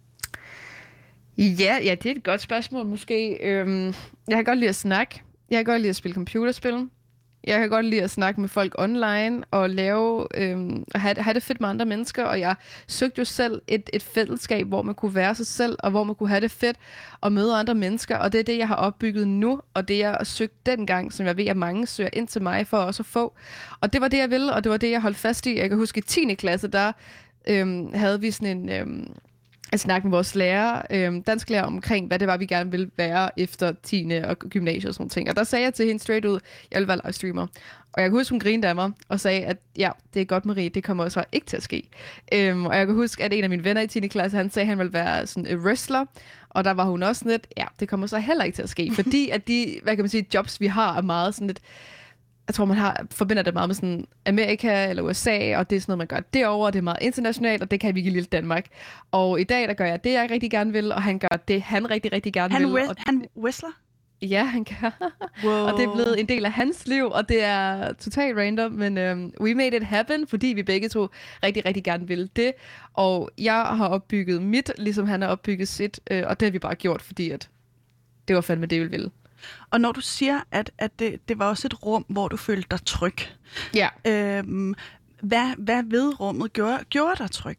Ja, ja, det er et godt spørgsmål måske. Øhm, jeg kan godt lide at snakke. Jeg kan godt lide at spille computerspil. Jeg kan godt lide at snakke med folk online og lave, øhm, have, have det fedt med andre mennesker, og jeg søgte jo selv et, et fællesskab, hvor man kunne være sig selv, og hvor man kunne have det fedt og møde andre mennesker, og det er det, jeg har opbygget nu, og det, jeg søgte dengang, som jeg ved, at mange søger ind til mig for også at få. Og det var det, jeg ville, og det var det, jeg holdt fast i. Jeg kan huske, i tiende klasse, der øhm, havde vi sådan en... Øhm, at snakke med vores lærer, øh, dansklærer omkring, hvad det var, vi gerne ville være efter tiende og gymnasiet og sådan ting. Og der sagde jeg til hende straight ud, jeg vil være livestreamer. Og jeg kan huske, hun grinede af mig og sagde, at ja, det er godt, Marie, det kommer også ikke til at ske. Øhm, og jeg kan huske, at en af mine venner i tiende klasse, han sagde, at han ville være sådan en wrestler. Og der var hun også sådan lidt, ja, det kommer så heller ikke til at ske. Fordi at de, hvad kan man sige, jobs, vi har, er meget sådan lidt, jeg tror, man har, forbinder det meget med sådan Amerika eller U S A, og det er sådan noget, man gør derovre, det er meget internationalt, og det kan vi ikke lille Danmark. Og i dag, der gør jeg det, jeg rigtig gerne vil, og han gør det, han rigtig, rigtig gerne han vil. Wes- og han wrestler? Ja, han kan. Wow. Og det er blevet en del af hans liv, og det er totalt random, men um, we made it happen, fordi vi begge to rigtig, rigtig gerne ville det. Og jeg har opbygget mit, ligesom han har opbygget sit, øh, og det har vi bare gjort, fordi at det var fandme det, vi ville. Og når du siger, at, at det, det var også et rum, hvor du følte dig tryg. Ja. Øhm, hvad, hvad ved rummet gjorde, gjorde dig tryg?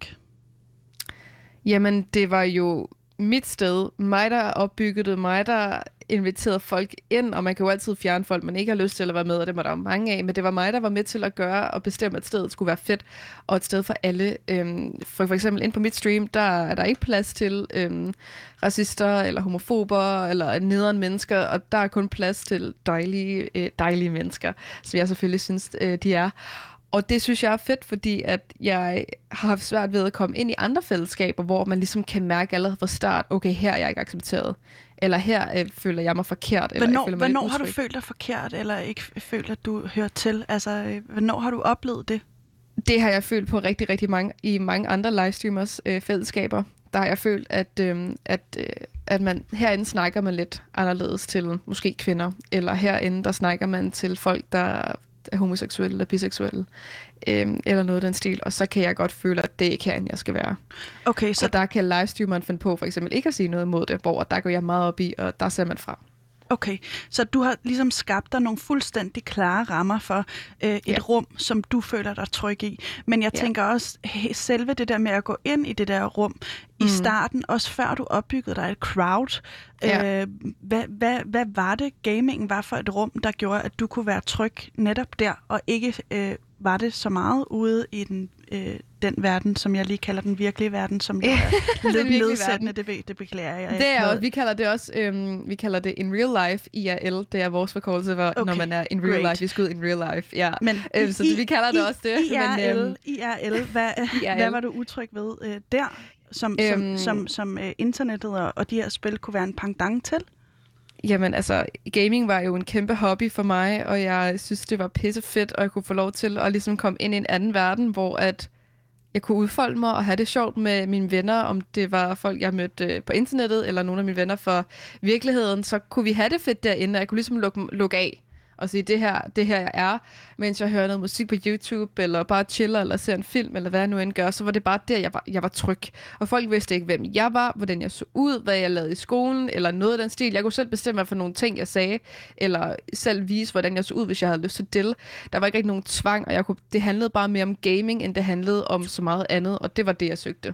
Jamen, det var jo mit sted. Mig, der opbyggede det. Mig, der inviterede folk ind. Og man kan jo altid fjerne folk, man ikke har lyst til at være med, og det må der jo mange af. Men det var mig, der var med til at gøre og bestemme, at stedet skulle være fedt. Og et sted for alle. Øhm, for, for eksempel ind på mit stream, der er der ikke plads til øhm, racister, eller homofober, eller nederen mennesker. Og der er kun plads til dejlige, øh, dejlige mennesker, som jeg selvfølgelig synes, øh, de er. Og det synes jeg er fedt, fordi at jeg har haft svært ved at komme ind i andre fællesskaber, hvor man ligesom kan mærke allerede fra start, okay, her er jeg ikke accepteret. Eller her øh, føler jeg mig forkert. Eller Hvornår, jeg føler mig hvornår har du følt dig forkert, eller ikke følt, at du hører til? Altså, øh, hvornår har du oplevet det? Det har jeg følt på rigtig, rigtig mange, i mange andre livestreamers øh, fællesskaber. Der har jeg følt, at, øh, at, øh, at man herinde snakker man lidt anderledes til måske kvinder. Eller herinde, der snakker man til folk, der er homoseksuelle eller biseksuelle, øhm, eller noget af den stil, og så kan jeg godt føle, at det ikke er herinde, jeg skal være. Okay, så og der kan livestreameren finde på for eksempel ikke at sige noget imod det, hvor der går jeg meget op i, og der ser man fra. Okay, så du har ligesom skabt dig nogle fuldstændig klare rammer for øh, et ja. rum, som du føler dig tryg i. Men jeg ja. tænker også, he, selve det der med at gå ind i det der rum mm. i starten, også før du opbyggede dig et crowd, ja. øh, hvad, hvad, hvad var det, gamingen var for et rum, der gjorde, at du kunne være tryg netop der, og ikke øh, var det så meget ude i den, øh, den verden, som jeg lige kalder den virkelige verden, som jo er lidt nedsættende, det, be, det beklager jeg. Det er også, vi kalder det også, øhm, vi kalder det in real life, I R L, det er vores forkortelse for, okay. når man er in real Great. life, vi skal ud in real life, ja. Men øhm, så det, vi kalder det I, også det. I R L, men, øhm, I R L, hvad, I R L. Hvad var du utryg ved øh, der, som, øhm, som, som, som øh, internettet og, og de her spil kunne være en pendant til? Jamen altså, gaming var jo en kæmpe hobby for mig, og jeg synes, det var pissefedt, og jeg kunne få lov til at ligesom komme ind i en anden verden, hvor at jeg kunne udfolde mig og have det sjovt med mine venner, om det var folk, jeg mødte på internettet, eller nogle af mine venner fra virkeligheden, så kunne vi have det fedt derinde, og jeg kunne ligesom lukke, lukke af og sige, det her, det her jeg er, mens jeg hører noget musik på YouTube, eller bare chiller, eller ser en film, eller hvad jeg nu end gør, så var det bare der, jeg var, jeg var tryg. Og folk vidste ikke, hvem jeg var, hvordan jeg så ud, hvad jeg lavede i skolen, eller noget af den stil. Jeg kunne selv bestemme mig for nogle ting, jeg sagde, eller selv vise, hvordan jeg så ud, hvis jeg havde lyst til det. Der var ikke rigtig nogen tvang, og jeg kunne, det handlede bare mere om gaming, end det handlede om så meget andet, og det var det, jeg søgte.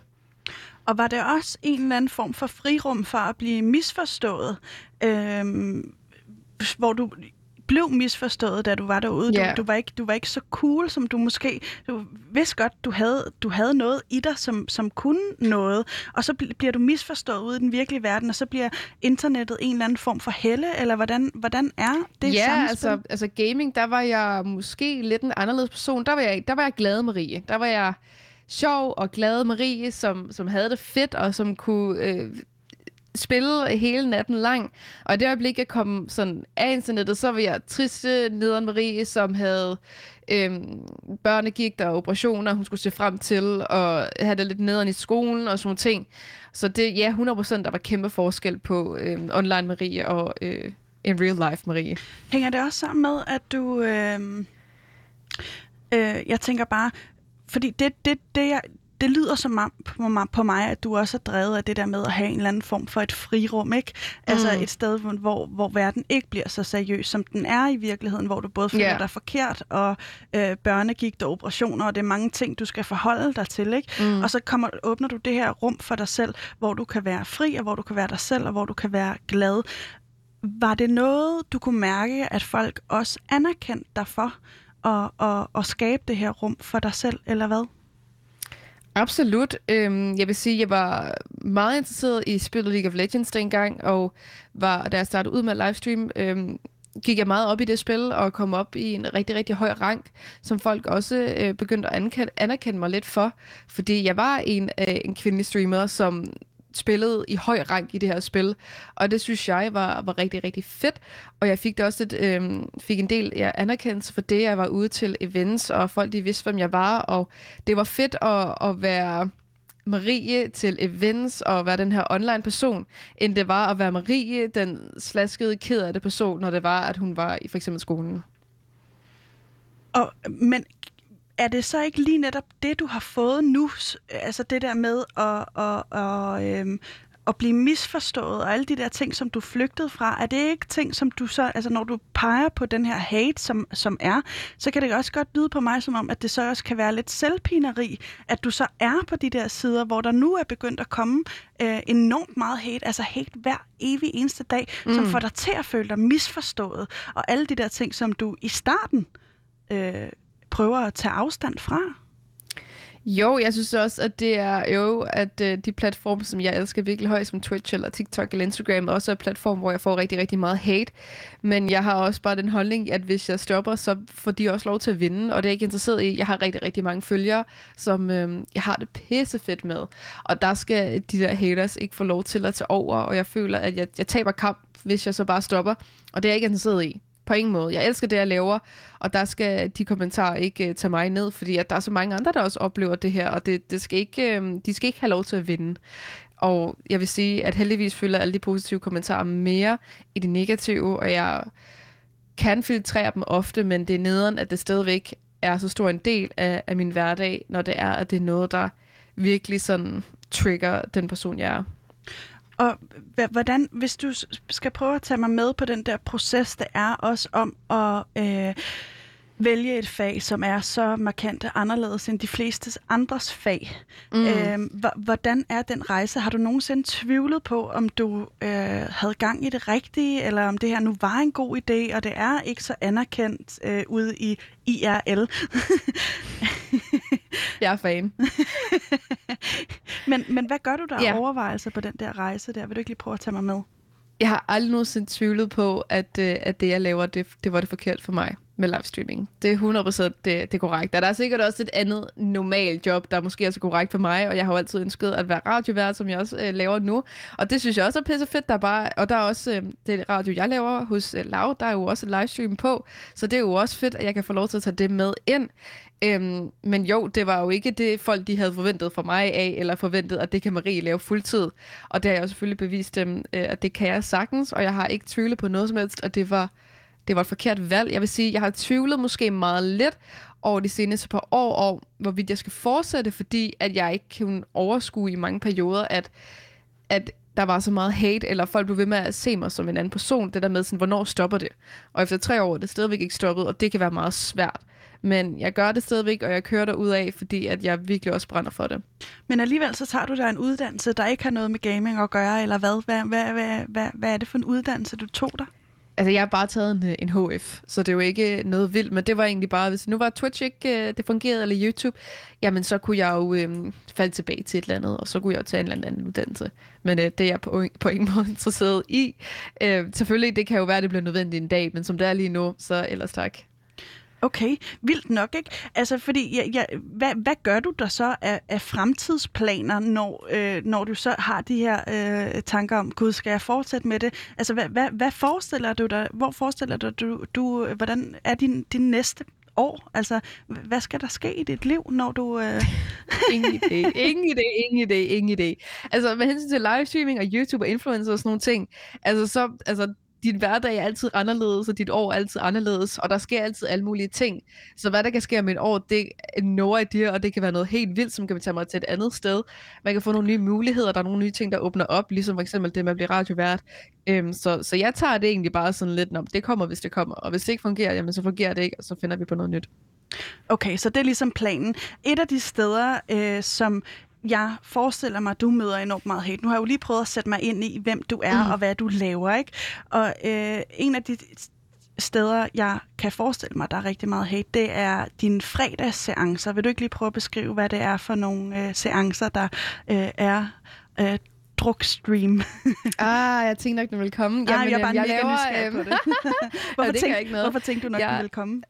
Og var det også en eller anden form for frirum for at blive misforstået, øhm, hvor du blev misforstået, da du var derude. Yeah. Du, du, var ikke, du var ikke så cool, som du måske... Du vidste godt, du havde, du havde noget i dig, som, som kunne noget, og så bliver du misforstået ude i den virkelige verden, og så bliver internettet en eller anden form for helle, eller hvordan, hvordan er det ja, samspil? altså, altså gaming, der var jeg måske lidt en anderledes person. Der var jeg, der var jeg glad Marie. Der var jeg sjov og glad Marie, som, som havde det fedt, og som kunne... Øh, spille hele natten lang. Og i det øjeblik, jeg kom sådan af internettet, så var jeg triste nederen Marie, som havde øhm, børnegigt og operationer, hun skulle se frem til, og have det lidt nederen i skolen og sådan nogle ting. Så det, ja, hundrede procent, der var kæmpe forskel på øhm, online Marie og øh, in real life Marie. Hænger det også sammen med, at du... Øh, øh, jeg tænker bare, fordi det, det, det jeg... det lyder som om, på, mig, på mig, at du også er drevet af det der med at have en eller anden form for et frirum, ikke? Altså mm. et sted, hvor, hvor verden ikke bliver så seriøs, som den er i virkeligheden, hvor du både føler yeah. dig forkert, og øh, børnegigt og operationer, og det er mange ting, du skal forholde dig til, ikke? Mm. Og så kommer, åbner du det her rum for dig selv, hvor du kan være fri, og hvor du kan være dig selv, og hvor du kan være glad. Var det noget, du kunne mærke, at folk også anerkendte dig for at, at, at skabe det her rum for dig selv, eller hvad? Absolut. Øhm, jeg vil sige, at jeg var meget interesseret i spillet League of Legends dengang, og var, da jeg startede ud med livestream, øhm, gik jeg meget op i det spil og kom op i en rigtig, rigtig høj rank, som folk også øh, begyndte at anerkende, anerkende mig lidt for, fordi jeg var en, øh, en kvindelig streamer, som spillede i høj rank i det her spil, og det synes jeg var, var rigtig, rigtig fedt, og jeg fik det også et, øh, fik en del ja, anerkendelse for det, jeg var ude til events, og folk de vidste, hvem jeg var, og det var fedt at, at være Marie til events og være den her online person, end det var at være Marie, den slaskede, ked af det person, når det var, at hun var i for eksempel skolen. Og, men er det så ikke lige netop det, du har fået nu? Altså det der med at, at, at, øhm, at blive misforstået og alle de der ting, som du flygtede fra. Er det ikke ting, som du så, altså når du peger på den her hate, som, som er, så kan det også godt lyde på mig som om, at det så også kan være lidt selvpineri, at du så er på de der sider, hvor der nu er begyndt at komme øh, enormt meget hate, altså hate hver evig eneste dag, mm. som får dig til at føle dig misforstået, og alle de der ting, som du i starten øh, prøver at tage afstand fra. Jo, jeg synes også, at det er jo, at øh, de platforme, som jeg elsker virkelig højt, som Twitch eller TikTok eller Instagram, også er platform, hvor jeg får rigtig, rigtig meget hate. Men jeg har også bare den holdning, at hvis jeg stopper, så får de også lov til at vinde, og det er jeg ikke interesseret i. Jeg har rigtig, rigtig mange følgere, som øh, jeg har det pissefedt med. Og der skal de der haters ikke få lov til at tage over, og jeg føler, at jeg, jeg taber kamp, hvis jeg så bare stopper. Og det er jeg ikke interesseret i. På ingen måde. Jeg elsker det, jeg laver, og der skal de kommentarer ikke uh, tage mig ned, fordi at der er så mange andre, der også oplever det her, og det, det skal ikke, uh, de skal ikke have lov til at vinde. Og jeg vil sige, at heldigvis følger alle de positive kommentarer mere i de negative, og jeg kan filtrere dem ofte, men det er nederen, at det stadigvæk er så stor en del af, af min hverdag, når det er, at det er noget, der virkelig sådan trigger den person, jeg er. Og hvordan, hvis du skal prøve at tage mig med på den der proces, det er også om at øh, vælge et fag, som er så markant anderledes end de flestes andres fag. Mm. Øh, hvordan er den rejse? Har du nogensinde tvivlet på, om du øh, havde gang i det rigtige, eller om det her nu var en god idé, og det er ikke så anerkendt øh, ude i I R L? Jeg er fan. men, men hvad gør du der af ja. overvejelser på den der rejse der? Vil du ikke lige prøve at tage mig med? Jeg har aldrig nogensinde tvivlet på, at, at det, jeg laver, det, det var det forkert for mig med livestreaming. Det er hundrede procent det, det er korrekt. Der er sikkert også et andet normalt job, der måske er så korrekt for mig, og jeg har jo altid ønsket at være radiovært, som jeg også øh, laver nu. Og det synes jeg også er pissefedt. Der er bare, og der er også øh, det radio, jeg laver hos øh, Lav, der er jo også et livestream på, så det er jo også fedt, at jeg kan få lov til at tage det med ind. Øhm, men jo, det var jo ikke det, folk de havde forventet fra mig af, eller forventet, at det kan Marie lave fuldtid. Og det har jeg jo selvfølgelig bevist dem, øh, at det kan jeg sagtens, og jeg har ikke tvivlet på noget som helst, og det var, det var et forkert valg. Jeg vil sige, jeg har tvivlet måske meget lidt over de seneste par år, og hvorvidt jeg skal fortsætte, fordi at jeg ikke kunne overskue i mange perioder, at, at der var så meget hate, eller folk blev ved med at se mig som en anden person, det der med sådan, hvornår stopper det? Og efter tre år er det stadigvæk ikke stoppet, og det kan være meget svært. Men jeg gør det stadigvæk, og jeg kører derudad, fordi at jeg virkelig også brænder for det. Men alligevel så tager du der en uddannelse, der ikke har noget med gaming at gøre, eller hvad? Hvad, hvad, hvad, hvad, hvad er det for en uddannelse, du tog der? Altså, jeg har bare taget en, en H F, så det er jo ikke noget vildt, men det var egentlig bare, hvis nu var Twitch ikke det fungerede, eller YouTube, jamen så kunne jeg jo øhm, falde tilbage til et eller andet, og så kunne jeg jo tage en eller anden uddannelse. Men øh, det er jeg på, på ingen måde interesseret i. Øh, selvfølgelig, det kan jo være, at det bliver nødvendigt en dag, men som det er lige nu, så ellers tak. Okay, vildt nok, ikke? Altså, fordi, ja, ja, hvad, hvad gør du der så af, af fremtidsplaner, når, øh, når du så har de her øh, tanker om, gud, skal jeg fortsætte med det? Altså, hvad, hvad, hvad forestiller du dig? Hvor forestiller du, du, du hvordan er din, din næste år? Altså, hvad skal der ske i dit liv, når du... Øh... ingen idé, ingen idé, ingen idé, ingen idé. Altså, med hensyn til livestreaming og YouTube og influencer og sådan nogle ting, altså, så... Altså, din hverdag er altid anderledes, og dit år er altid anderledes, og der sker altid alle mulige ting. Så hvad der kan ske om et år, det er no idea, og det kan være noget helt vildt, som kan tage mig til et andet sted. Man kan få nogle nye muligheder, der er nogle nye ting, der åbner op, ligesom for eksempel det med at blive radiovært. Øhm, så, så jeg tager det egentlig bare sådan lidt, når det kommer, hvis det kommer, og hvis det ikke fungerer, jamen så fungerer det ikke, og så finder vi på noget nyt. Okay, så det er ligesom planen. Et af de steder, øh, som jeg forestiller mig, du møder enormt meget hate. Nu har jeg jo lige prøvet at sætte mig ind i, hvem du er mm. og hvad du laver, ikke? Og øh, en af de steder, jeg kan forestille mig, der er rigtig meget hate, det er dine fredagsseancer. Vil du ikke lige prøve at beskrive, hvad det er for nogle øh, seancer, der øh, er øh, drukstream? ah, jeg tænkte nok, den ville komme. Jamen, ah, jeg er bare jeg laver, øhm... på det. hvorfor, det tænk, ikke noget. hvorfor tænkte du nok, jeg... den ville komme?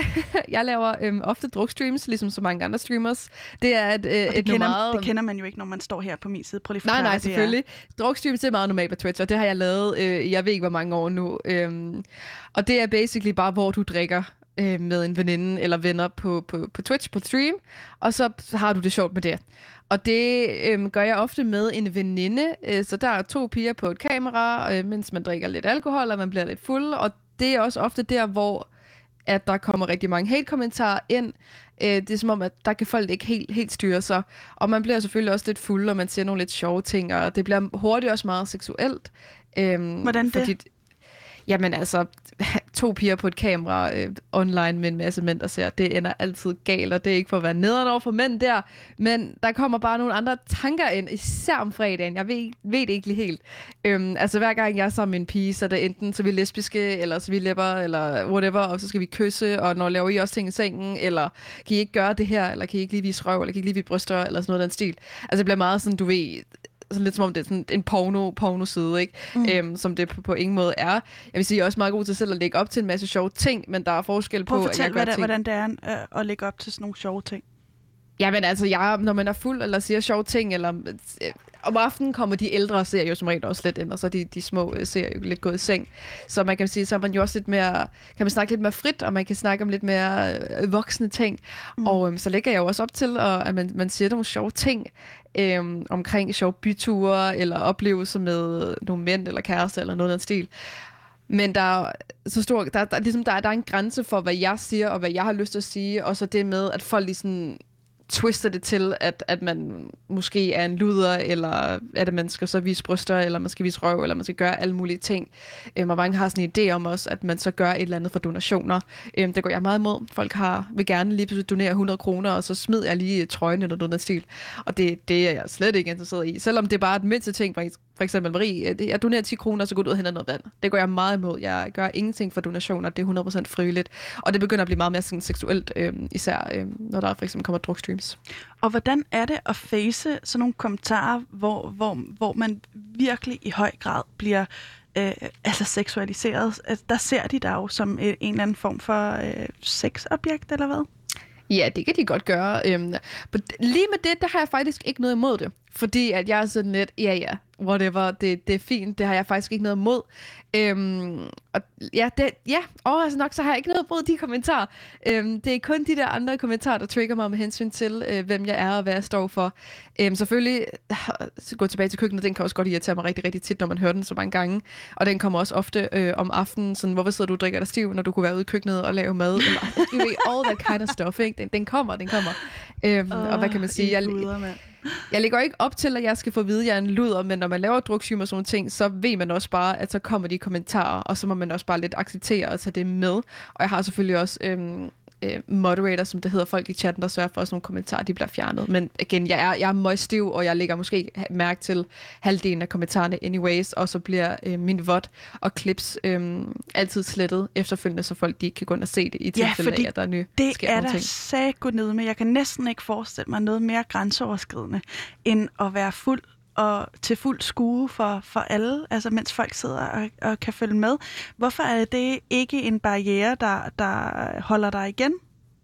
jeg laver øhm, ofte drukstreams, ligesom så mange andre streamers. Det er et, øh, det, et kender, meget... det kender man jo ikke, når man står her på min side. Prøv lige at nej, nej, selvfølgelig. Det er. Drukstreams det er meget normalt på Twitch, og det har jeg lavet, øh, jeg ved ikke, hvor mange år nu. Øhm, og det er basically bare, hvor du drikker øh, med en veninde eller venner på, på, på Twitch, på stream, og så har du det sjovt med det. Og det øh, gør jeg ofte med en veninde, øh, så der er to piger på et kamera, øh, mens man drikker lidt alkohol, og man bliver lidt fuld, og det er også ofte der, hvor at der kommer rigtig mange hate-kommentarer ind. Øh, det er som om, at der kan folk ikke helt, helt styre sig, og man bliver selvfølgelig også lidt fuld, og man siger nogle lidt sjove ting, og det bliver hurtigt også meget seksuelt. Øh, Hvordan det? Fordi, jamen altså, to piger på et kamera øh, online med en masse mænd, der ser, det ender altid galt, og det er ikke for at være nederen over for mænd der, men der kommer bare nogle andre tanker ind, især om fredagen. Jeg ved, ved det ikke lige helt. Øhm, altså hver gang jeg er sammen med en pige, så er det enten, så er vi lesbiske, eller så er vi læpper, eller whatever, og så skal vi kysse, og når laver I også ting i sengen, eller kan I ikke gøre det her, eller kan I ikke lige vise røv, eller kan I ikke lige vise bryster, eller sådan noget af den stil. Altså det bliver meget sådan, du ved... sådan lidt som om det er sådan en porno, porno-side, ikke? Mm. Øhm, som det på, på ingen måde er. Jeg vil sige, jeg er også meget god til selv at lægge op til en masse sjove ting, men der er forskel på, at jeg gør hvordan, ting. hvordan det er øh, at lægge op til sådan nogle sjove ting. Jamen altså, jeg, når man er fuld eller siger sjove ting, eller øh, om aftenen kommer de ældre ser jo som regel også lidt ind, og så de, de små øh, ser jo lidt gået i seng. Så man kan sige, så er man jo også lidt mere, kan man snakke lidt mere frit, og man kan snakke om lidt mere øh, voksne ting. Mm. Og øh, så lægger jeg jo også op til, og, at man, man siger nogle sjove ting, Øhm, omkring sjove byture eller oplevelser med nogle mænd eller kærester eller noget af den stil. Men der er så stor, der, der, ligesom der, der er en grænse for, hvad jeg siger og hvad jeg har lyst til at sige, og så det med, at folk ligesom twister det til, at, at man måske er en luder, eller at man skal så vise bryster, eller man skal vise røv, eller man skal gøre alle mulige ting. Øhm, og mange har sådan en idé om også, at man så gør et eller andet for donationer. Øhm, det går jeg meget imod. Folk har, vil gerne lige pludselig donere hundrede kroner, og så smider jeg lige trøjen eller noget af stil. Og det, det er jeg slet ikke interesseret i. Selvom det er bare et mindste ting, for eksempel Marie, jeg donerer ti kroner, så går du ud og henter noget vand. Det går jeg meget imod. Jeg gør ingenting for donationer. Det er hundrede procent frivilligt. Og det begynder at blive meget mere sådan seksuelt, øhm, især øhm, når der for eksempel kommer drukstreams. Og hvordan er det at face sådan nogle kommentarer, hvor, hvor, hvor man virkelig i høj grad bliver øh, altså seksualiseret? Altså, der ser de dig jo som en eller anden form for øh, sexobjekt, eller hvad? Ja, det kan de godt gøre. Øhm, lige med det, der har jeg faktisk ikke noget imod det. Fordi at jeg er sådan lidt, ja ja, whatever, det, det er fint, det har jeg faktisk ikke noget imod. Øhm, og ja, det, ja, overraskende nok, så har jeg ikke noget imod de kommentarer. Øhm, det er kun de der andre kommentarer, der trigger mig med hensyn til, øh, hvem jeg er og hvad jeg står for. Øhm, selvfølgelig, så gå tilbage til køkkenet, den kan også godt irritere mig rigtig, rigtig tit, når man hører den så mange gange. Og den kommer også ofte øh, om aftenen, sådan, hvorfor sidder du og drikker dig stiv, når du kunne være ude i køkkenet og lave mad? Eller, you know, all that kind of stuff, ikke? Den, den kommer, den kommer. Øhm, oh, og hvad kan man sige? Jeg, Jeg lægger ikke op til, at jeg skal få at vide, at jeg er en luder, men når man laver drukstream og sådan nogle ting, så ved man også bare, at så kommer de kommentarer, og så må man også bare lidt acceptere og tage det med. Og jeg har selvfølgelig også øhm, øh, moderator, som det hedder, folk i chatten, der sørger for, at sådan nogle kommentarer, de bliver fjernet. Men igen, jeg er, jeg er møgstiv, og jeg lægger måske mærke til halvdelen af kommentarerne anyways, og så bliver øh, min V O D og clips øh, altid slettet efterfølgende, så folk de ikke kan gå ind og se det i tilfælde ja, af, at der er nye det sker er nogle der ting. sag gå ned med. Jeg kan næsten ikke forestille mig noget mere grænseoverskridende, end at være fuld og til fuld skue for, for alle, altså mens folk sidder og, og kan følge med. Hvorfor er det ikke en barriere, der, der holder dig igen?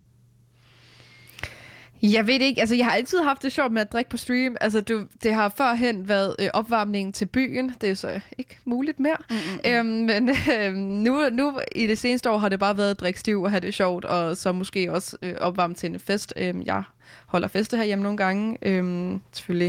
Jeg ved ikke, altså jeg har altid haft det sjovt med at drikke på stream. Altså du, det har førhen været øh, opvarmningen til byen. Det er så ikke muligt mere. Mm-hmm. Øhm, men øh, nu, nu i det seneste år har det bare været at drikke stiv og have det sjovt, og så måske også øh, opvarme til en fest. Øh, jeg holder fester herhjemme nogle gange. Øh, selvfølgelig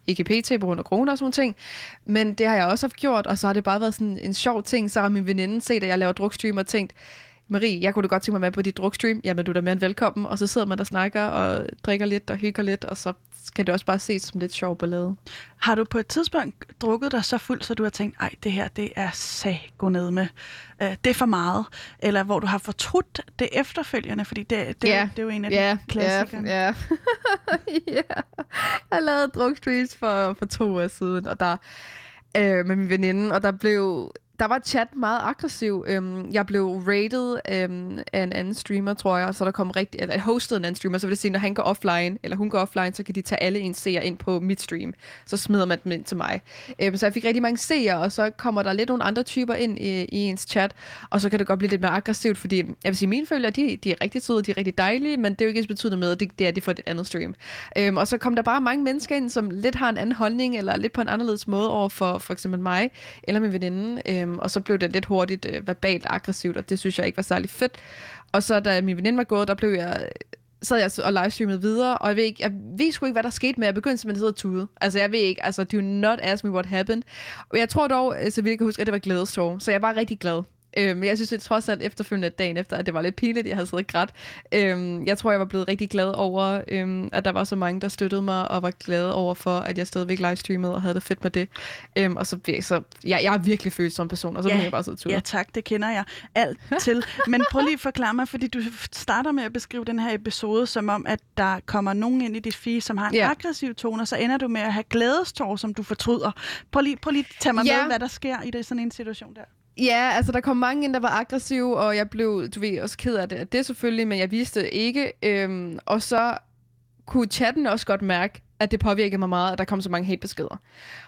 ikke P T på grund af corona og sådan ting. Men det har jeg også haft gjort, og så har det bare været sådan en sjov ting. Så har min veninde set, at jeg laver drukstream og tænkt, Marie, jeg kunne da godt tænke mig med på dit drukstream. Jamen, du er da mere end velkommen. Og så sidder man der og snakker og drikker lidt og hygger lidt, og så skal det også bare ses som lidt sjov ballade. Har du på et tidspunkt drukket dig så fuldt, så du har tænkt, ej, det her, det er sag gå ned med. Uh, det er for meget. Eller hvor du har fortrudt det efterfølgende, fordi det, det, yeah. det er jo en af yeah. de klassikere. Ja, yeah. yeah. Jeg lavede drukstreams for, for to år siden, og der øh, med min veninde, og der blev... Der var chat meget aggressiv. Øhm, jeg blev rated øhm, af en anden streamer, tror jeg, så der kom rigtig... Eller hostet en anden streamer, så vil det sige, når han går offline, eller hun går offline, så kan de tage alle ens seere ind på mit stream. Så smider man dem ind til mig. Øhm, så jeg fik rigtig mange seere, og så kommer der lidt nogle andre typer ind i, i ens chat, og så kan det godt blive lidt mere aggressivt, fordi jeg vil sige, mine følgere, de, de er rigtig søde, de er rigtig dejlige, men det er jo ikke ens betydende med, at det, det er de for et andet stream. Øhm, og så kom der bare mange mennesker ind, som lidt har en anden holdning, eller lidt på en anderledes måde over for for eksempel mig, eller min veninde. Øhm, og så blev det lidt hurtigt øh, verbalt aggressivt, og det synes jeg ikke var særlig fedt. Og så da min veninde var gået, der blev jeg, sad jeg og livestreamede videre, og jeg ved ikke, jeg ved sgu ikke, hvad der skete med, jeg begyndte simpelthen at sidde og tude. Altså jeg ved ikke, altså do not ask me what happened. Og jeg tror dog, så vidt jeg kan huske, at det var glædestår, så jeg var rigtig glad. Men jeg synes det trods alt efterfølgende dagen efter, at det var lidt pinligt, jeg havde siddet grædt. Øhm, jeg tror, jeg var blevet rigtig glad over, øhm, at der var så mange, der støttede mig, og var glade over for, at jeg stadigvæk livestreamede og havde det fedt med det. Øhm, og så, så jeg, jeg er virkelig følsom person, og så ja, jeg bare sidde tur. Ja tak, det kender jeg alt til. Men prøv lige at forklare mig, fordi du starter med at beskrive den her episode, som om, at der kommer nogen ind i dit feed, som har en ja. aggressiv tone, og så ender du med at have glædestår, som du fortryder. Prøv lige, prøv lige at tage mig ja. med, hvad der sker i det, sådan en situation der. Ja, altså der kom mange ind, der var aggressive, og jeg blev, du ved, også ked af det, det selvfølgelig, men jeg vidste det ikke. Øhm, og så kunne chatten også godt mærke, at det påvirkede mig meget, at der kom så mange hatebeskeder.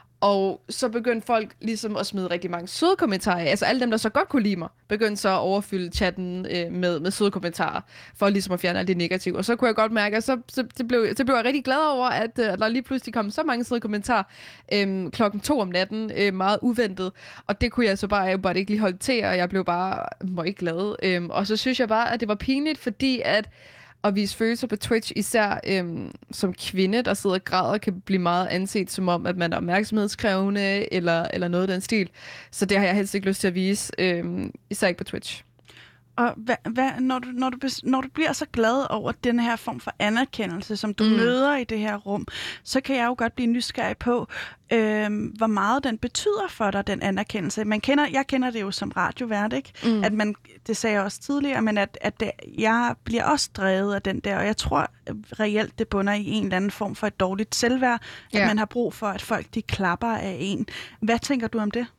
Og så begyndte folk ligesom at smide rigtig mange søde kommentarer. Altså alle dem, der så godt kunne lide mig, begyndte så at overfylde chatten øh, med, med søde kommentarer, for ligesom at fjerne alt det negative. Og så kunne jeg godt mærke, at så, så, det blev, så blev jeg rigtig glad over, at øh, der lige pludselig kom så mange søde kommentarer øh, klokken to om natten, øh, meget uventet. Og det kunne jeg så bare, jeg bare ikke lige holde til, og jeg blev bare meget glad. Øh, og så synes jeg bare, at det var pinligt, fordi at at vise følelser på Twitch, især øhm, som kvinde, der sidder og græder, kan blive meget anset som om, at man er opmærksomhedskrævende, eller, eller noget af den stil. Så det har jeg helst ikke lyst til at vise, øhm, især ikke på Twitch. Og hvad, hvad, når, du, når, du, når du bliver så glad over den her form for anerkendelse, som du mm. møder i det her rum, så kan jeg jo godt blive nysgerrig på, øh, hvor meget den betyder for dig, den anerkendelse. Man kender, jeg kender det jo som radiovært, ikke? Mm. At man, det sagde jeg også tidligere, men at, at det, jeg bliver også drevet af den der, og jeg tror reelt, det bunder i en eller anden form for et dårligt selvværd, ja. At man har brug for, at folk de klapper af en. Hvad tænker du om det?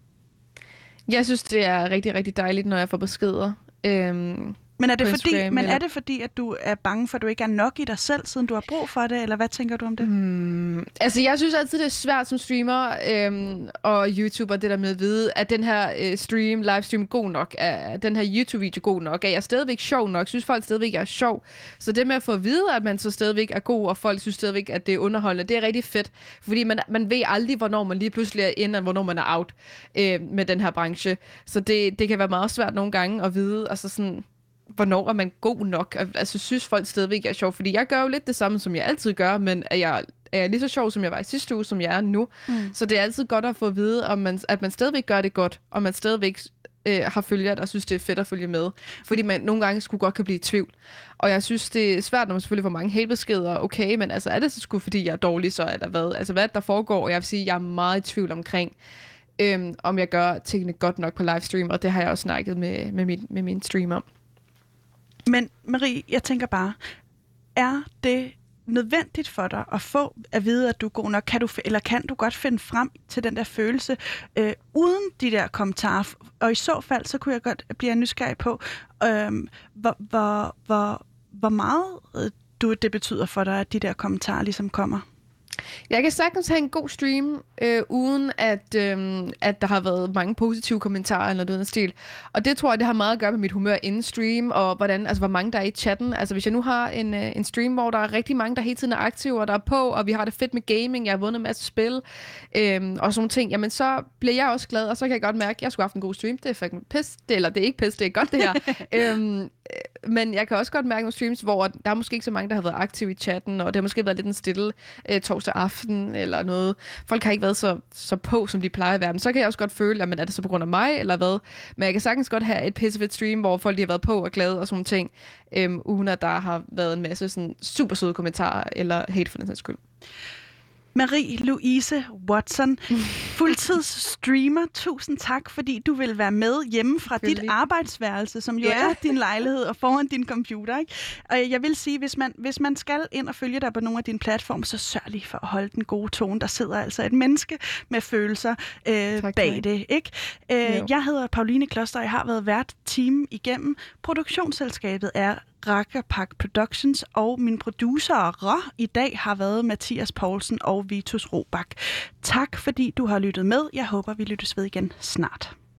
Jeg synes, det er rigtig, rigtig dejligt, når jeg får beskeder. Øhm, men er det fordi, men er det fordi, at du er bange for, at du ikke er nok i dig selv, siden du har brug for det, eller hvad tænker du om det? Hmm, altså, jeg synes altid, det er svært som streamer øhm, og YouTuber, det der med at vide, at den her øh, stream, livestream god nok, er den her YouTube-video god nok, er jeg stadigvæk sjov nok, synes folk stadigvæk er sjov. Så det med at få at vide, at man så stadigvæk er god, og folk synes stadigvæk, at det er underholdende, det er rigtig fedt, fordi man, man ved aldrig, hvornår man lige pludselig er inde, og hvornår man er out øh, med den her branche. Så det, det kan være meget svært nogle gange at vide, altså sådan, hvornår er man god nok? Altså, synes folk stadigvæk, jeg er sjov? Fordi jeg gør jo lidt det samme, som jeg altid gør, men er jeg, er jeg lige så sjov, som jeg var i sidste uge, som jeg er nu? Mm. Så det er altid godt at få at vide, om man, at man stadigvæk gør det godt, og man stadigvæk øh, har følgere, der synes, det er fedt at følge med. Fordi man nogle gange skulle godt kan blive i tvivl. Og jeg synes, det er svært, når man selvfølgelig får mange hatebeskeder. Okay, men altså, er det så sgu, fordi jeg er dårlig så, eller hvad? Altså, hvad der foregår? Og jeg vil sige, jeg er meget i tvivl omkring, øhm, om jeg gør tingene godt nok på livestream, og det har jeg også snakket med, med, min, med min stream om. Men Marie, jeg tænker bare, er det nødvendigt for dig at få at vide, at du er god nok? Kan du, eller kan du godt finde frem til den der følelse øh, uden de der kommentarer? Og i så fald, så kunne jeg godt blive nysgerrig på, øh, hvor, hvor, hvor, hvor meget øh, du, det betyder for dig, at de der kommentarer ligesom kommer. Jeg kan sagtens have en god stream, øh, uden at, øh, at der har været mange positive kommentarer eller noget stil. Og det tror jeg, det har meget at gøre med mit humør inden stream, og hvordan, altså, hvor mange der er i chatten. Altså hvis jeg nu har en, øh, en stream, hvor der er rigtig mange, der hele tiden er aktive, og der er på, og vi har det fedt med gaming, jeg har vundet en masse spil, øh, og sådan nogle ting, jamen så bliver jeg også glad, og så kan jeg godt mærke, at jeg skulle have haft en god stream. Det er fucking pis, det, eller det er ikke pis, det er godt det her. øhm, men jeg kan også godt mærke nogle streams, hvor der er måske ikke så mange, der har været aktive i chatten, og det har måske været lidt en stille øh, torsdag aften eller noget. Folk har ikke været så, så på, som de plejer at være. Men så kan jeg også godt føle, at men er det så på grund af mig, eller hvad? Men jeg kan sagtens godt have et pissefedt stream, hvor folk de har været på og glade og sådan nogle ting, øhm, uden at der har været en masse sådan, super søde kommentarer eller hate for den sags skyld. Marie-Louise Watson, fuldtidsstreamer. Tusind tak, fordi du vil være med hjemme fra dit arbejdsværelse, som jo yeah. er din lejlighed og foran din computer. Ikke? Og jeg vil sige, hvis man, hvis man skal ind og følge dig på nogle af dine platforme, så sørg lige for at holde den gode tone. Der sidder altså et menneske med følelser øh, tak, bag det. Ikke? Øh, jeg hedder Pauline Kloster, og jeg har været vært team igennem. Produktionsselskabet er Rakkerpak Productions, og mine producerer i dag har været Mathias Poulsen og Vitus Robak. Tak fordi du har lyttet med. Jeg håber, vi lyttes ved igen snart.